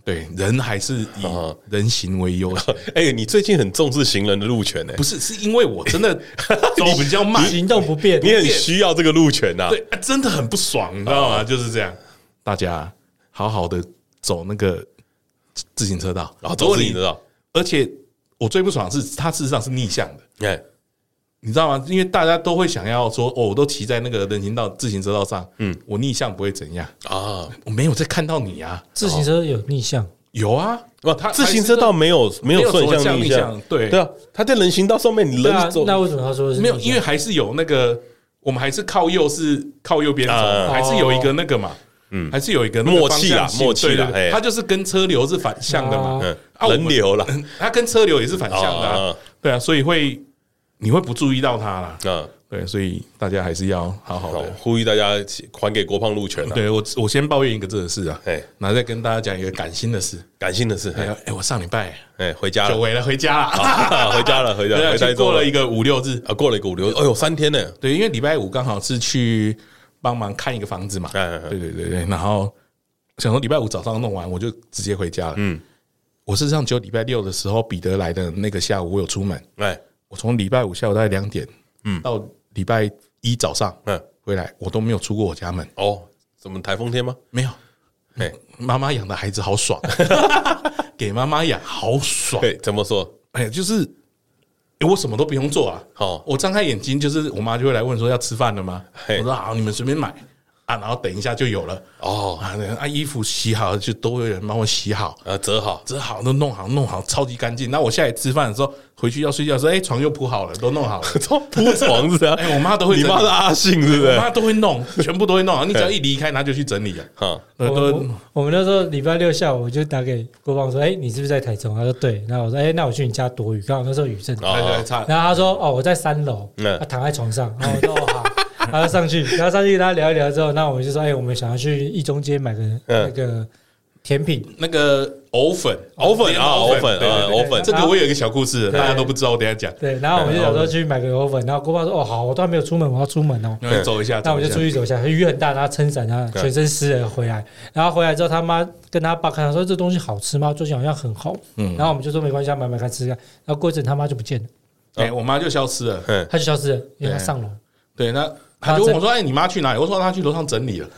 对，人还是以人行为优先。 哎，你最近很重视行人的路权不是，是因为我真的走比较慢， 行动不便， 你很需要这个路权呐。 对，真的很不爽，你知道吗？就是这样，大家好好的走那个自行车道， 然后走自行车道， 而且我最不爽的是，它事实上是逆向的。 哎。 你知道吗？因为大家都会想要说，我都骑在那个人行道、自行车道上，我逆向不会怎样啊？我没有在看到你啊！ 自行车有逆向， 有啊， 它自行车道没有顺向逆向， 对啊，它在人行道上面，你人走， 那为什么他说是没有？因为还是有那个，我们还是靠右边走，还是有一个那个嘛，还是有一个默契啦，默契啦， 它就是跟车流是反向的嘛， 人流啦， 它跟车流也是反向的，对啊，所以你会不注意到它啦，对，所以大家还是要好好的呼吁大家还给国胖路权。 对，我先抱怨一个这个事啊，然后再跟大家讲一个感性的事。我上礼拜回家了， 久违了，回家了， 回家了，回家过了一个5、6日啊，过了一个5、6日，哎呦，3天呢。 对，因为礼拜5刚好是去帮忙看一个房子嘛，对，然后想说礼拜5早上弄完，我就直接回家了。我事实上只有礼拜6的时候，彼得来的那个下午，我有出门。我从礼拜5下午大概2点，到礼拜1早上，回来我都没有出过我家门。 哦，什么台风天吗？ 没有。妈妈养的孩子好爽，给妈妈养好爽。 怎么说？ 就是我什么都不用做啊。我张开眼睛，就是我妈就会来问说要吃饭了吗？我说好，你们随便买。然后等一下就有了衣服洗好就都有人帮我洗好折好都弄好超级干净。那我下来吃饭的时候回去要睡觉的时候，床又铺好了，都弄好了。 铺床是啊， 我妈都会， 你妈是阿信是不是？ 我妈都会弄，全部都会弄。你只要一离开，她就去整理了。 我们那时候礼拜6下午我就打给郭胖说，你是不是在台中？他说对。然后我说那我去你家躲雨，刚好那时候雨正大。然后他说我在3楼，他躺在床上。然后我说好。然后上去跟他聊一聊之后，那我们就说，我们想要去一中街买个那个甜品， 那个藕粉，这个我有一个小故事，大家都不知道，我等一下讲。 对，然后我们就想说去买个藕粉，然后郭爸说，好，我都还没有出门，我要出门哦， 走一下。 那我就出去走一下，雨很大，然后撑伞，然后全身湿了回来。然后回来之后，他妈跟他爸看，说这东西好吃吗？最近好像很红。然后我们就说没关系，买看吃看。然后过一阵他妈就不见了， 我妈就消失了， 他就消失了，因为他上楼。 对，那他就问我说：“你妈去哪里？”我说：“她去楼上整理了。”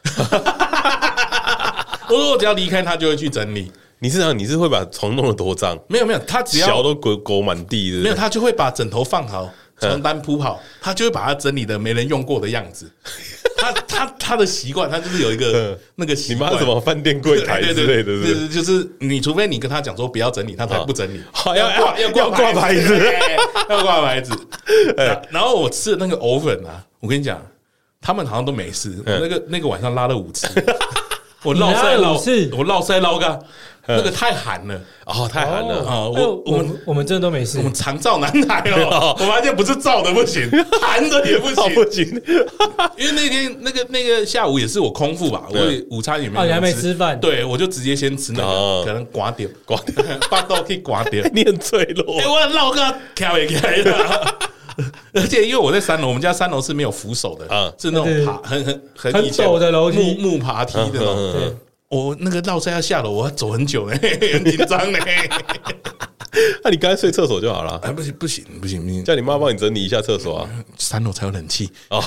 我说：“我只要离开，她就会去整理。” 你是会把床弄得多脏？ 没有，她只要小都狗满地， 没有，她就会把枕头放好，床单铺好，她就会把它整理的没人用过的样子。他的习惯，他就是有一个那个习惯。 你妈什么饭店柜台之类的， 就是你除非你跟他讲说不要整理，他才不整理。 要挂牌子， 要挂牌子。然后我吃的那个藕粉啊，我跟你讲，他们好像都没事。那个晚上拉了5次，我落腮捞个。那个太寒了太寒了啊！ 我们真的都没事， 我们常照男孩哦。我发现不是照的不行，寒的也不行，因为那天那个下午也是我空腹吧，我午餐也没有吃， 你还没吃饭， 对我就直接先吃那个，可能刮掉，把刀可以刮掉， 你很脆弱， 我绕个开也开的。而且因为我在3楼，我们家3楼是没有扶手的，是那种很陡的楼梯， 木爬梯的那种。我那个绕赛要下楼，我要走很久呢，很紧张呢。 那你刚才睡厕所就好了。 不行， 叫你妈帮你整理一下厕所啊。 3楼才有冷气。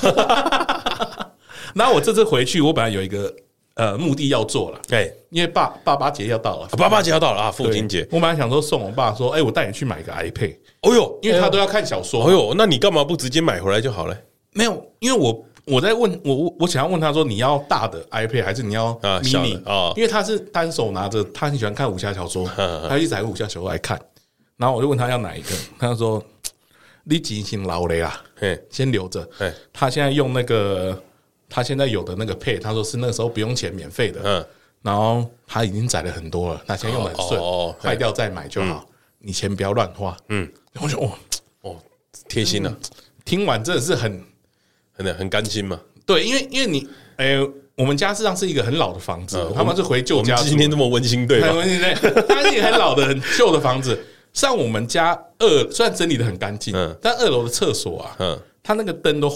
然后我这次回去，我本来有一个目的要做了，因为爸爸节要到了， 爸爸节要到了啊，父亲节。 我本来想说送我爸说，我带你去买个 iPad。因为他都要看小说。 那你干嘛不直接买回来就好了？ 没有，因为我在问我想要问他说，你要大的 iPad 还是你要 mini 因为他是单手拿着，他很喜欢看武侠小说，他一直在武侠小说来看。然后我就问他要哪一个，他就说你钱先留了啦，先留着。他现在用那个他现在有的那个 Pad， 他说是那个时候不用钱免费的。然后他已经载了很多了，他现在用的很顺，坏掉再买就好，你钱不要乱花。我就贴心了。 听完真的是很甘心嘛？ 对，因为你我们家事实上是一个很老的房子，他们是回旧家。 今天这么温馨，对吧？ 很温馨，对。它是一个很老的、很旧的房子。像我们家虽然整理的很干净，但2楼的厕所啊，它那个灯都坏了，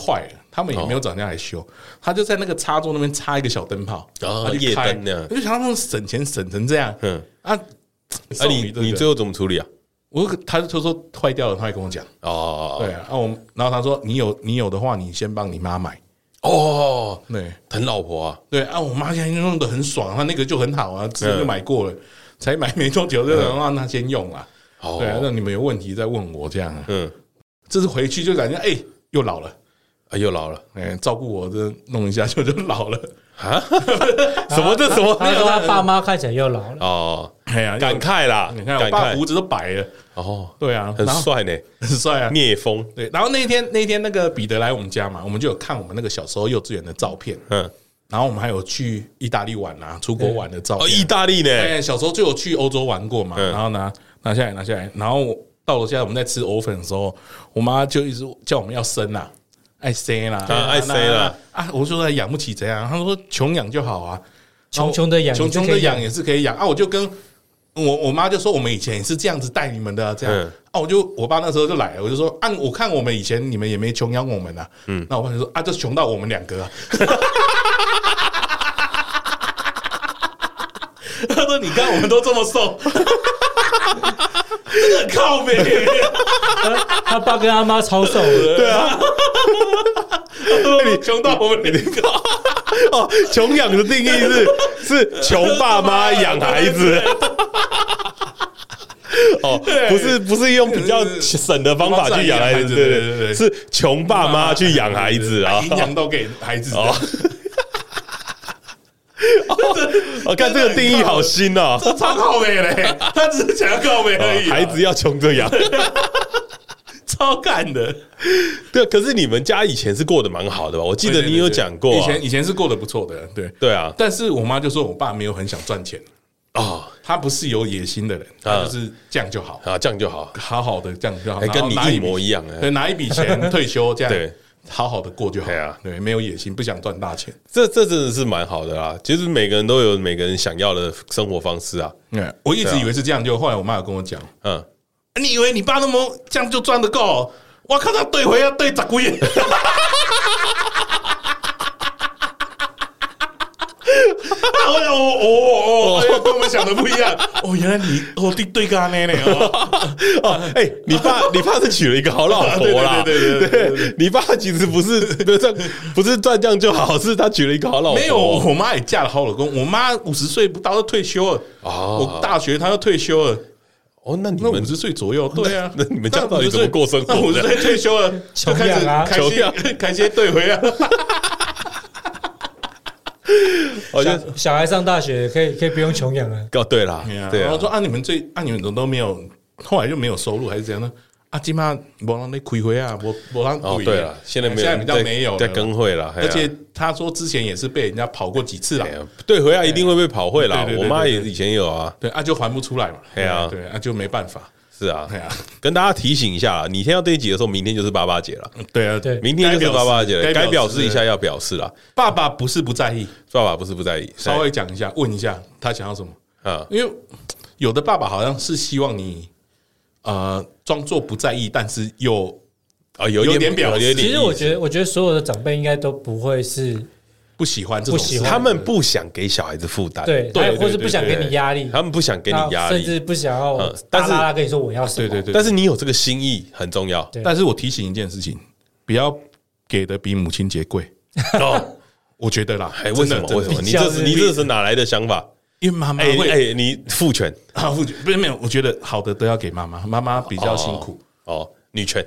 他们也没有找人家来修，他就在那个插座那边插一个小灯泡， 夜灯那样， 我就想他们省钱省成这样， 你最后怎么处理啊？ 他就说坏掉了，他还跟我讲对啊，然后他说你有的话，你先帮你妈买对， 疼老婆啊， 对啊，我妈现在用的很爽，她那个就很好啊，之前就买过了，才买没多久就让她先用啊，对啊，那你们有问题再问我这样，这次回去就感觉又老了。 又老了， 照顾我这弄一下就老了啊？什么？他说他爸妈看起来又老了感慨啦！ 你看我爸胡子都白了对啊， 很帅呢， 很帅啊， 聂风。 对，然后那天那个彼得来我们家嘛，我们就有看我们那个小时候幼稚园的照片，然后我们还有去意大利玩啊，出国玩的照片。 意大利呢？ 小时候就有去欧洲玩过嘛，然后拿下来，然后到了现在我们在吃藕粉的时候，我妈就一直叫我们要生啊。爱生啦， 爱生啦我说养不起怎样？他说穷养就好啊， 穷的养也是可以养啊。我就跟我妈就说，我们以前也是这样子带你们的，这样我爸那时候就来了，我就说我看我们以前你们也没穷养我们啊，那我爸就说就穷到我们2个啊。他说你看我们都这么瘦。真的很靠北， 他爸跟他妈超瘦的， 对啊， 你穷到我们2个穷养的定义是穷爸妈养孩子，不是用比较省的方法去养孩子，对，是穷爸妈去养孩子啊， 营养都给孩子。 我看这个定义好新哦， 这超靠北嘞！他只是想要靠北而已， 孩子要穷着养， 超干的。 对，可是你们家以前是过得蛮好的吧？我记得你有讲过， 以前是过得不错的， 对啊。 但是我妈就说我爸没有很想赚钱他不是有野心的人，他就是这样就好这样就好， 好好的这样就好， 跟你一模一样对，拿一笔钱退休这样， 对。 好好的过就好，对，没有野心，不想赚大钱， 这真的是蛮好的啦。其实每个人都有每个人想要的生活方式啊。 我一直以为是这样，就后来我妈有跟我讲，你以为你爸那么这样就赚得够？我靠，他对回要对10几个。跟我们想的不一样原来你对个那呢你爸是娶了一个好老婆啦，对，你爸其实不是赚这样就好，是他娶了一个好老婆。 没有，我妈也嫁了好老公，我妈50岁不到就退休了我大学她就退休了那你们 50岁左右，对啊， 那你们家到底怎么过生活的 ？50岁退休了就开始开些对回啊。 小孩上大学可以不用穷养了。 对啦，对啊。 然后说你们怎么都没有，后来就没有收入还是怎样呢？今嘛没人在开会啊，没人开。 对了，现在比较没有在跟会了， 而且他说之前也是被人家跑过几次了， 对回啊一定会被跑会啦。我妈也以前有啊， 对就还不出来嘛，对就没办法。 是啊，跟大家提醒一下啦，你听到这一集的时候，明天就是爸节了。 对啊， 明天就是爸节了，该表示一下要表示啦。 爸爸不是不在意， 稍微讲一下，问一下他想要什么因为有的爸爸好像是希望你装作不在意，但是有点表示。 其实我觉得所有的长辈应该都不会是。 不喜欢这种事， 他们不想给小孩子负担， 对，或是不想给你压力， 他们不想给你压力， 甚至不想要大拉跟你说我要什么， 对，但是你有这个心意很重要。 但是我提醒一件事情，不要给的比母亲节贵我觉得啦， 为什么？你这是哪来的想法？ 因为妈妈会， 你父权父权不是没有，我觉得好的都要给妈妈，妈妈比较辛苦女权。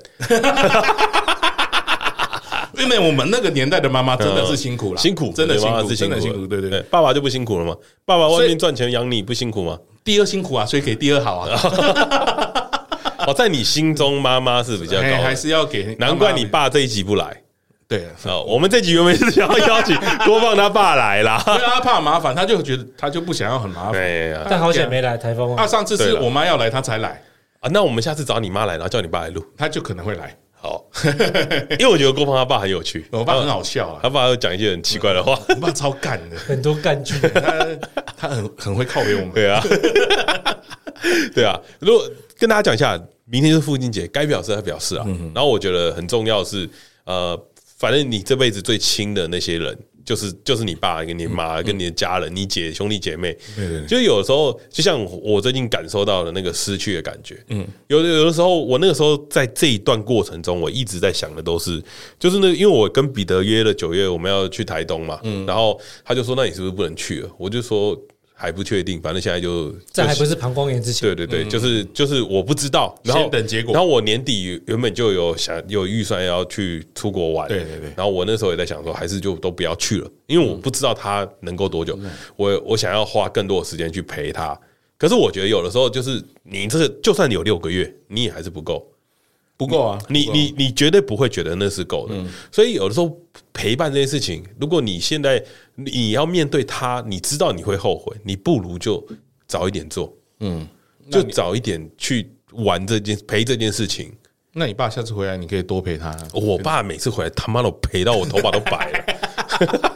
因为我们那个年代的妈妈真的是辛苦了， 辛苦， 真的辛苦， 真的辛苦，对。 爸爸就不辛苦了吗？爸爸外面赚钱养你不辛苦吗？ 第二辛苦啊，所以给第二好啊。在你心中，妈妈是比较高的， 还是要给。 难怪你爸这一集不来。 对我们这集原本是想要邀请郭放他爸来啦， 因为他怕麻烦，他就觉得他就不想要很麻烦。 但好险没来台风上次是我妈要来，他才来那我们下次找你妈来，然后叫你爸来录， 他就可能会来。 好，因为我觉得郭放他爸很有趣， 我爸很好笑他爸会讲一些很奇怪的话， 我爸超干的， 很多干句， 他很会靠背我们， 对啊，对啊。如果跟大家讲一下，明天是父亲节，该表示要表示啊。然后我觉得很重要是反正你这辈子最亲的那些人。就是你爸跟你妈跟你的家人，你姐兄弟姐妹，就有的时候，就像我最近感受到的那个失去的感觉，有的时候，我那个时候在这一段过程中，我一直在想的都是，就是因为我跟彼得约了9月我们要去台东嘛，然后他就说那你是不是不能去了？我就说。还不确定，反正现在这还不是膀胱炎之前。 对，就是我不知道，然后先等结果。 然后我年底原本就有预算要去出国玩， 对。 然后我那时候也在想说，还是就都不要去了，因为我不知道他能够多久，我想要花更多的时间去陪他。可是我觉得有的时候就是你这个，就算你有6个月，你也还是不够。 不够啊！ 你绝对不会觉得那是够的，所以有的时候陪伴这件事情，如果你现在你要面对他，你知道你会后悔，你不如就早一点做，就早一点去玩陪这件事情。 那你爸下次回来，你可以多陪他。 我爸每次回来，他妈的陪到我头发都白了，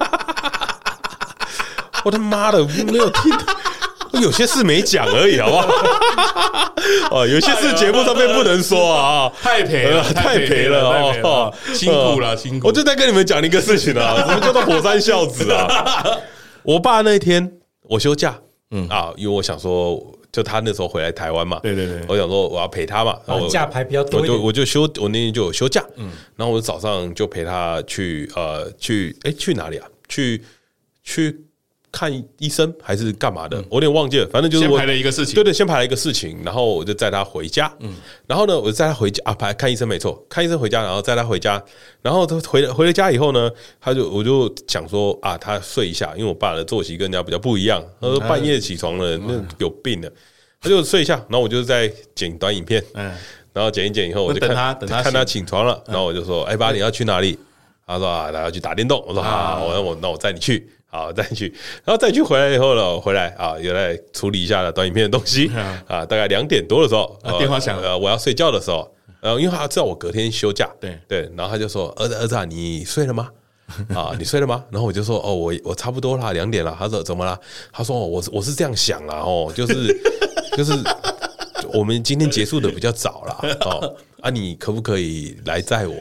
我他妈的没有听。有些事没讲而已，好不好？有些事节目上面不能说啊， 太赔了哦，辛苦了。 我就在跟你们讲一个事情啊，什么叫做火山孝子啊？我爸那一天我休假，因为我想说，就他那时候回来台湾嘛， 对， 我想说我要陪他嘛，然后假排比较多， 我那天就有休假，然后我早上就陪他去哪里啊？去看医生还是干嘛的？我有点忘记了，反正就是先排了一个事情， 对，先排了一个事情，然后我就载他回家，然后呢，我就载他回家看医生没错，看医生回家，然后载他回家，然后他回了家以后呢，我就想说他睡一下，因为我爸的作息跟人家比较不一样，他说半夜起床了，那有病了，他就睡一下，然后我就在剪短影片，然后剪一剪以后，我就看他起床了，然后我就说，爸，你要去哪里？他说他要去打电动，我说好，那我载你去。好，再去，然后再去回来以后呢，回来有来处理一下短影片的东西大概2点多的时候， 电话响了， 我要睡觉的时候，因为他知道我隔天休假， 对， 然后他就说儿子你睡了吗？你睡了吗？然后我就说我差不多啦，2点了。他说怎么了？他说我是这样想啦就是我们今天结束的比较早啦你可不可以来载我？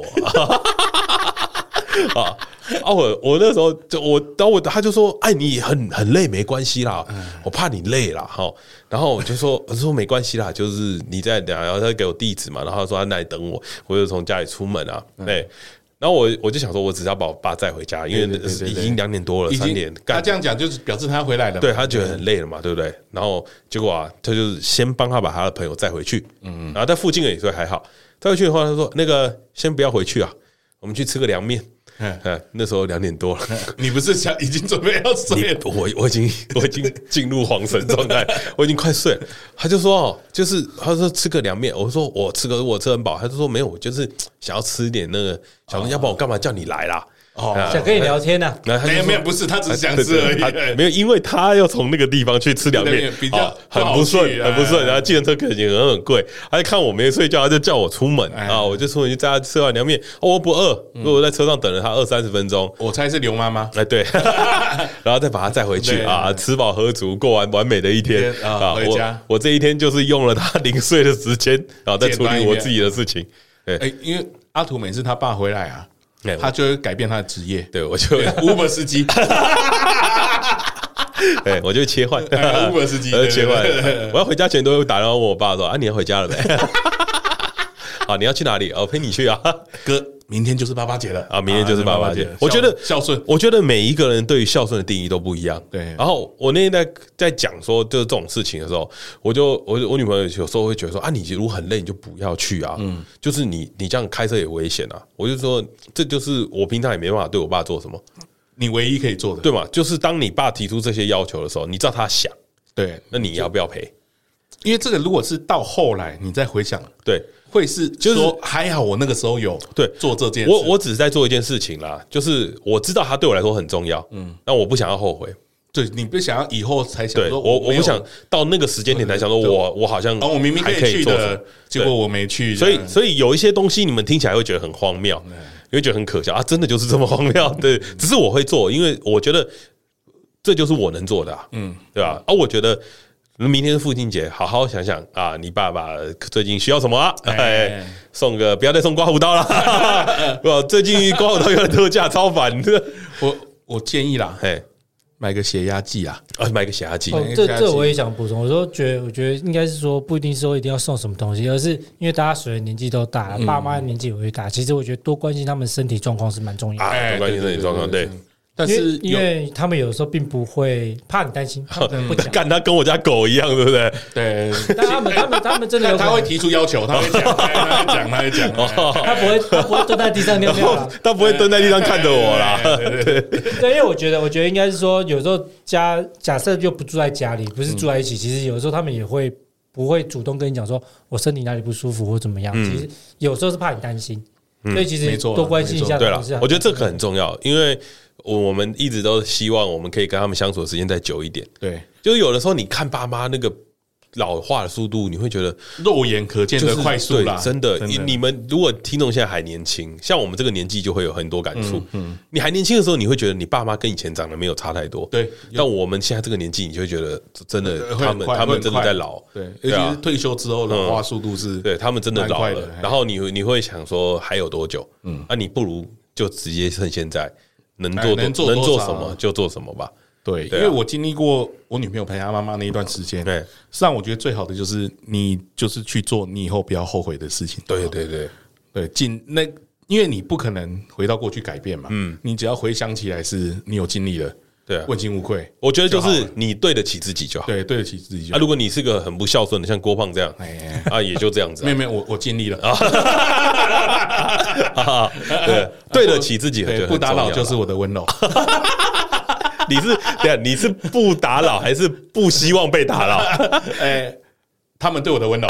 我那时候他就说，你很累没关系啦，我怕你累啦然后我就说没关系啦，就是你在然后他给我地址嘛，然后他说他那里等我，我就从家里出门对。然后我就想说，我只要把我爸载回家，因为已经2点多了，3点。 他这样讲就是表示他回来了， 对他觉得很累了嘛，对不对？然后结果他就是先帮他把他的朋友载回去，然后在附近也说还好。载回去的话，他说那个先不要回去我们去吃个凉面。那时候2点多了， 你不是已经准备要睡了？ 我已经进入恍神状态，我已经快睡了。他就说就是他说吃个凉面，我说我吃很饱，他就说没有，我就是想要吃一点那个，想说要不然我干嘛叫你来啦？ 想跟你聊天呢？ 没有，不是，他只是想吃而已。 没有，因为他要从那个地方去吃凉面， 比较很不顺，然后计程车可能也很贵。他就看我没睡觉，他就叫我出门我就出门去载他吃完凉面。我不饿，如果我在车上等了他20-30分钟， 我猜是刘妈妈。 对，然后再把他载回去吃饱喝足，过完美的一天回家。 我这一天就是用了他零碎的时间，然后再处理我自己的事情。 因为阿土每次他爸回来他就会改变他的职业， 对我就 Uber 司机， 我就切换 Uber 司机， 切换。我要回家前都会打电话问我爸说你要回家了没？你要去哪里？我陪你去哥，明天就是爸爸节了明天就是爸爸节。我觉得孝顺， 我觉得每一个人对于孝顺的定义都不一样。 对。 然后我那天在讲说就是这种事情的时候，我女朋友有时候会觉得说你如果很累，你就不要去就是你这样开车也危险我就说这就是我平常也没办法对我爸做什么， 你唯一可以做的， 对吗？就是当你爸提出这些要求的时候，你知道他想， 对， 那你要不要赔？ 因为这个如果是到后来你再回想， 对。 会是就是说还好我那个时候有做这件事， 我只是在做一件事情啦，就是我知道它对我来说很重要，但我不想要后悔。 对，你不想要以后才想说， 我不想到那个时间点才想说我好像我明明可以去的，结果我没去。 所以有一些东西你们听起来会觉得很荒谬，你会觉得很可笑真的就是这么荒谬。对，只是我会做，因为我觉得这就是我能做的对吧？我觉得明天是父亲节，好好想想啊，你爸爸最近需要什么啊？送个不要再送刮胡刀了，最近刮胡刀有点特价，超烦。 我建议啦，买个血压计啊， 买个血压计。 这我也想补充，我觉得应该是说，不一定说一定要送什么东西，而是因为大家随着年纪都大了，爸妈年纪也会大，其实我觉得多关心他们身体状况是蛮重要的。 多关心身体状况，对。 但是因为他们有时候并不会怕你担心，他们可能不讲。 干他跟我家狗一样，对不对？ 对。 但他们真的有， 他会提出要求，他会讲，他会讲， 他不会蹲在地上尿尿啦， 他不会蹲在地上看着我啦。 对，因为我觉得应该是说，有时候假设就不住在家里，不是住在一起，其实有时候他们也会不会主动跟你讲说我身体哪里不舒服或怎么样，其实有时候是怕你担心，所以其实多关心一下。 对了，我觉得这个很重要，因为我们一直都希望我们可以跟他们相处的时间再久一点。 对， 就是有的时候你看爸妈那个老化的速度，你会觉得肉眼可见的快速啦。 真的，你们如果听众现在还年轻，像我们这个年纪就会有很多感触。你还年轻的时候，你会觉得你爸妈跟以前长得没有差太多。 对， 但我们现在这个年纪，你就会觉得真的他们真的在老。 对，尤其是退休之后老化速度是， 对他们真的老了。然后你会想说还有多久？你不如就直接趁现在。能做什么就做什么吧。 对，因为我经历过我女朋友陪她妈妈那一段时间，对，实际上我觉得最好的就是你就是去做你以后不要后悔的事情。 对， 因为你不可能回到过去改变嘛，你只要回想起来是你有经历了，对，问心无愧。 我觉得就是你对得起自己就好， 对得起自己就好。 如果你是个很不孝顺的，像郭胖这样，也就这样子。 没有，我尽力了。 对得起自己， 不打扰就是我的温柔。 你是不打扰还是不希望被打扰？ 他们对我的温柔。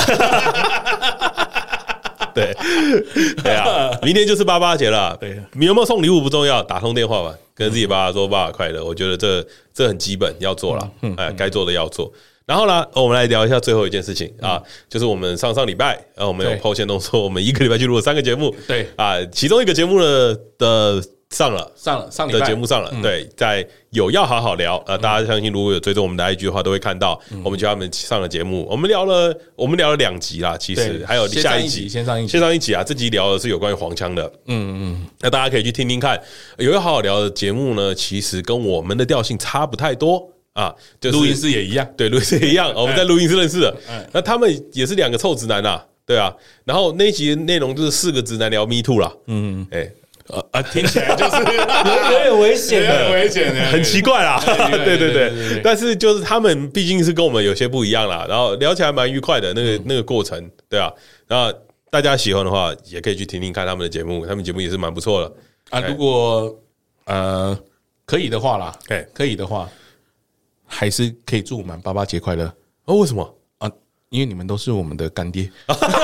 对啊，明天就是88节了。对，你有没有送礼物不重要，打通电话吧，跟自己爸爸说爸爸快乐。我觉得这很基本要做了，该做的要做。然后呢，我们来聊一下最后一件事情啊，就是我们上礼拜，我们有PO限动说我们一个礼拜去录了3个节目，对啊，其中一个节目的上礼拜的节目上了，对，在有要好好聊大家相信如果有追踪我们的 IG 的话，都会看到我们就他们上了节目，我们聊了2集啦，其实还有下一集，先上一集啊，这集聊的是有关于黄腔的，那大家可以去听听看，有要好好聊的节目呢，其实跟我们的调性差不太多。就是录音室也一样， 对，录音室也一样，我们在录音室认识的。那他们也是2个臭直男啊，对啊。然后那一集内容就是4个直男聊 Me Too 啦， 听起来就是有点危险， 有点危险， 很奇怪啦。对。但是就是他们毕竟是跟我们有些不一样啦，然后聊起来蛮愉快的那个过程，对啊。然后大家喜欢的话，也可以去听听看他们的节目，他们节目也是蛮不错的啊。如果可以的话啦，可以的话。还是可以祝我们88节快乐哦？为什么啊？因为你们都是我们的干爹。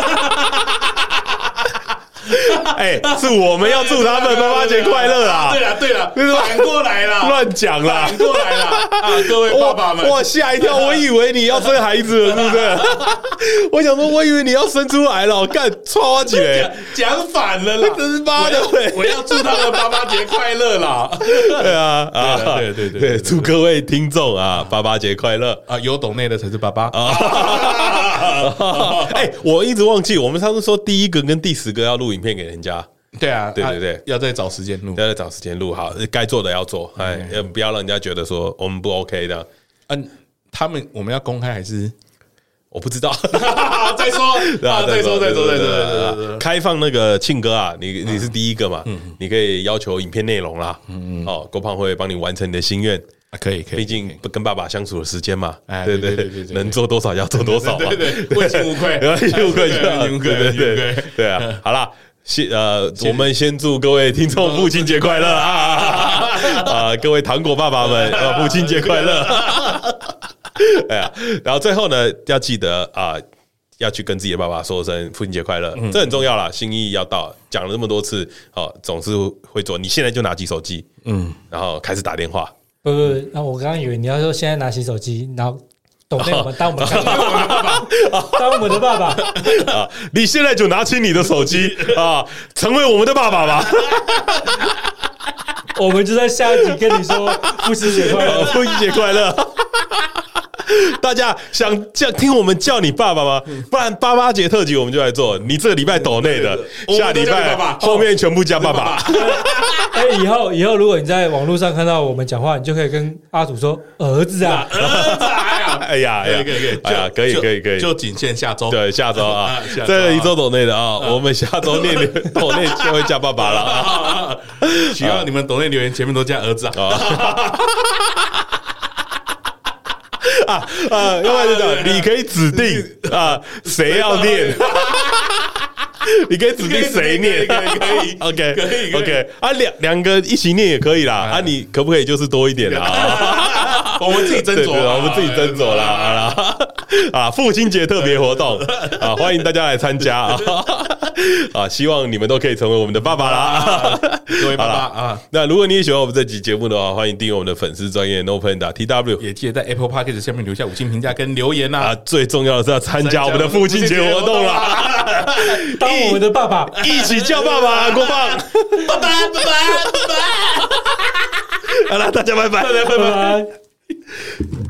是我们要祝他们88节快乐啊！ 对了，反过来啦， 乱讲啦， 反过来啦！各位爸爸们， 哇，吓一跳！我以为你要生孩子了，是不是？我想说，我以为你要生出来了，干超起来， 讲反了啦！ 真是妈的！ 我要祝他们88节快乐啦！ 对啊，对，祝各位听众88节快乐啊！有抖内的才是88 我一直忘记，我们上次说第1个跟第10个要录影片给人家。 对啊， 对， 要再找时间录， 好，该做的要做，不要让人家觉得说我们不 OK 的。 我们要公开还是我不知道？ 再说， 开放那个庆哥啊，你是第1个嘛，你可以要求影片内容啦，郭胖会帮你完成你的心愿。 可以， 毕竟跟爸爸相处的时间嘛，对，能做多少要做多少嘛， 对，问心无愧， 对啊，好啦。我们先祝各位听众父亲节快乐各位糖果爸爸们父亲节快乐然后最后呢，要记得要去跟自己的爸爸说声父亲节快乐，这很重要啦，心意要到，讲了那么多次总是会做，你现在就拿起手机然后开始打电话。 不，那我刚刚以为你要说现在拿起手机，然后懂内我们当我们的爸爸你现在就拿起你的手机成为我们的爸爸吧。 我们就在下一集跟你说父亲节快乐， 父亲节快乐。 大家想听我们叫你爸爸吗？不然88节特辑我们就来做。你这个礼拜抖内的，下礼拜后面全部加爸爸。 以后如果你在网络上看到我们讲话，你就可以跟阿土说儿子啊， 哎呀，可以， 就仅限下周。 对，下周啊，这一周抖内的啊，我们下周念抖内就会加爸爸了。 希望你们抖内留言前面都加儿子啊。 要不然就讲，你可以指定谁要念，你可以指定谁念，可以 ，OK，两个一起念也可以啦。你可不可以就是多一点啦？ 我们自己斟酌， 我们自己斟酌啦。父亲节特别活动欢迎大家来参加希望你们都可以成为我们的爸爸啦， 各位爸爸那如果你也喜欢我们这集节目的话，欢迎订阅我们的粉丝专页 NoPen.TW， 也记得在 Apple Podcast 下面留下5星评价跟留言最重要的是要参加我们的父亲节活动啦， 当我们的爸爸， 一起叫爸爸郭棒， 爸爸。 好了，大家拜拜， 拜拜。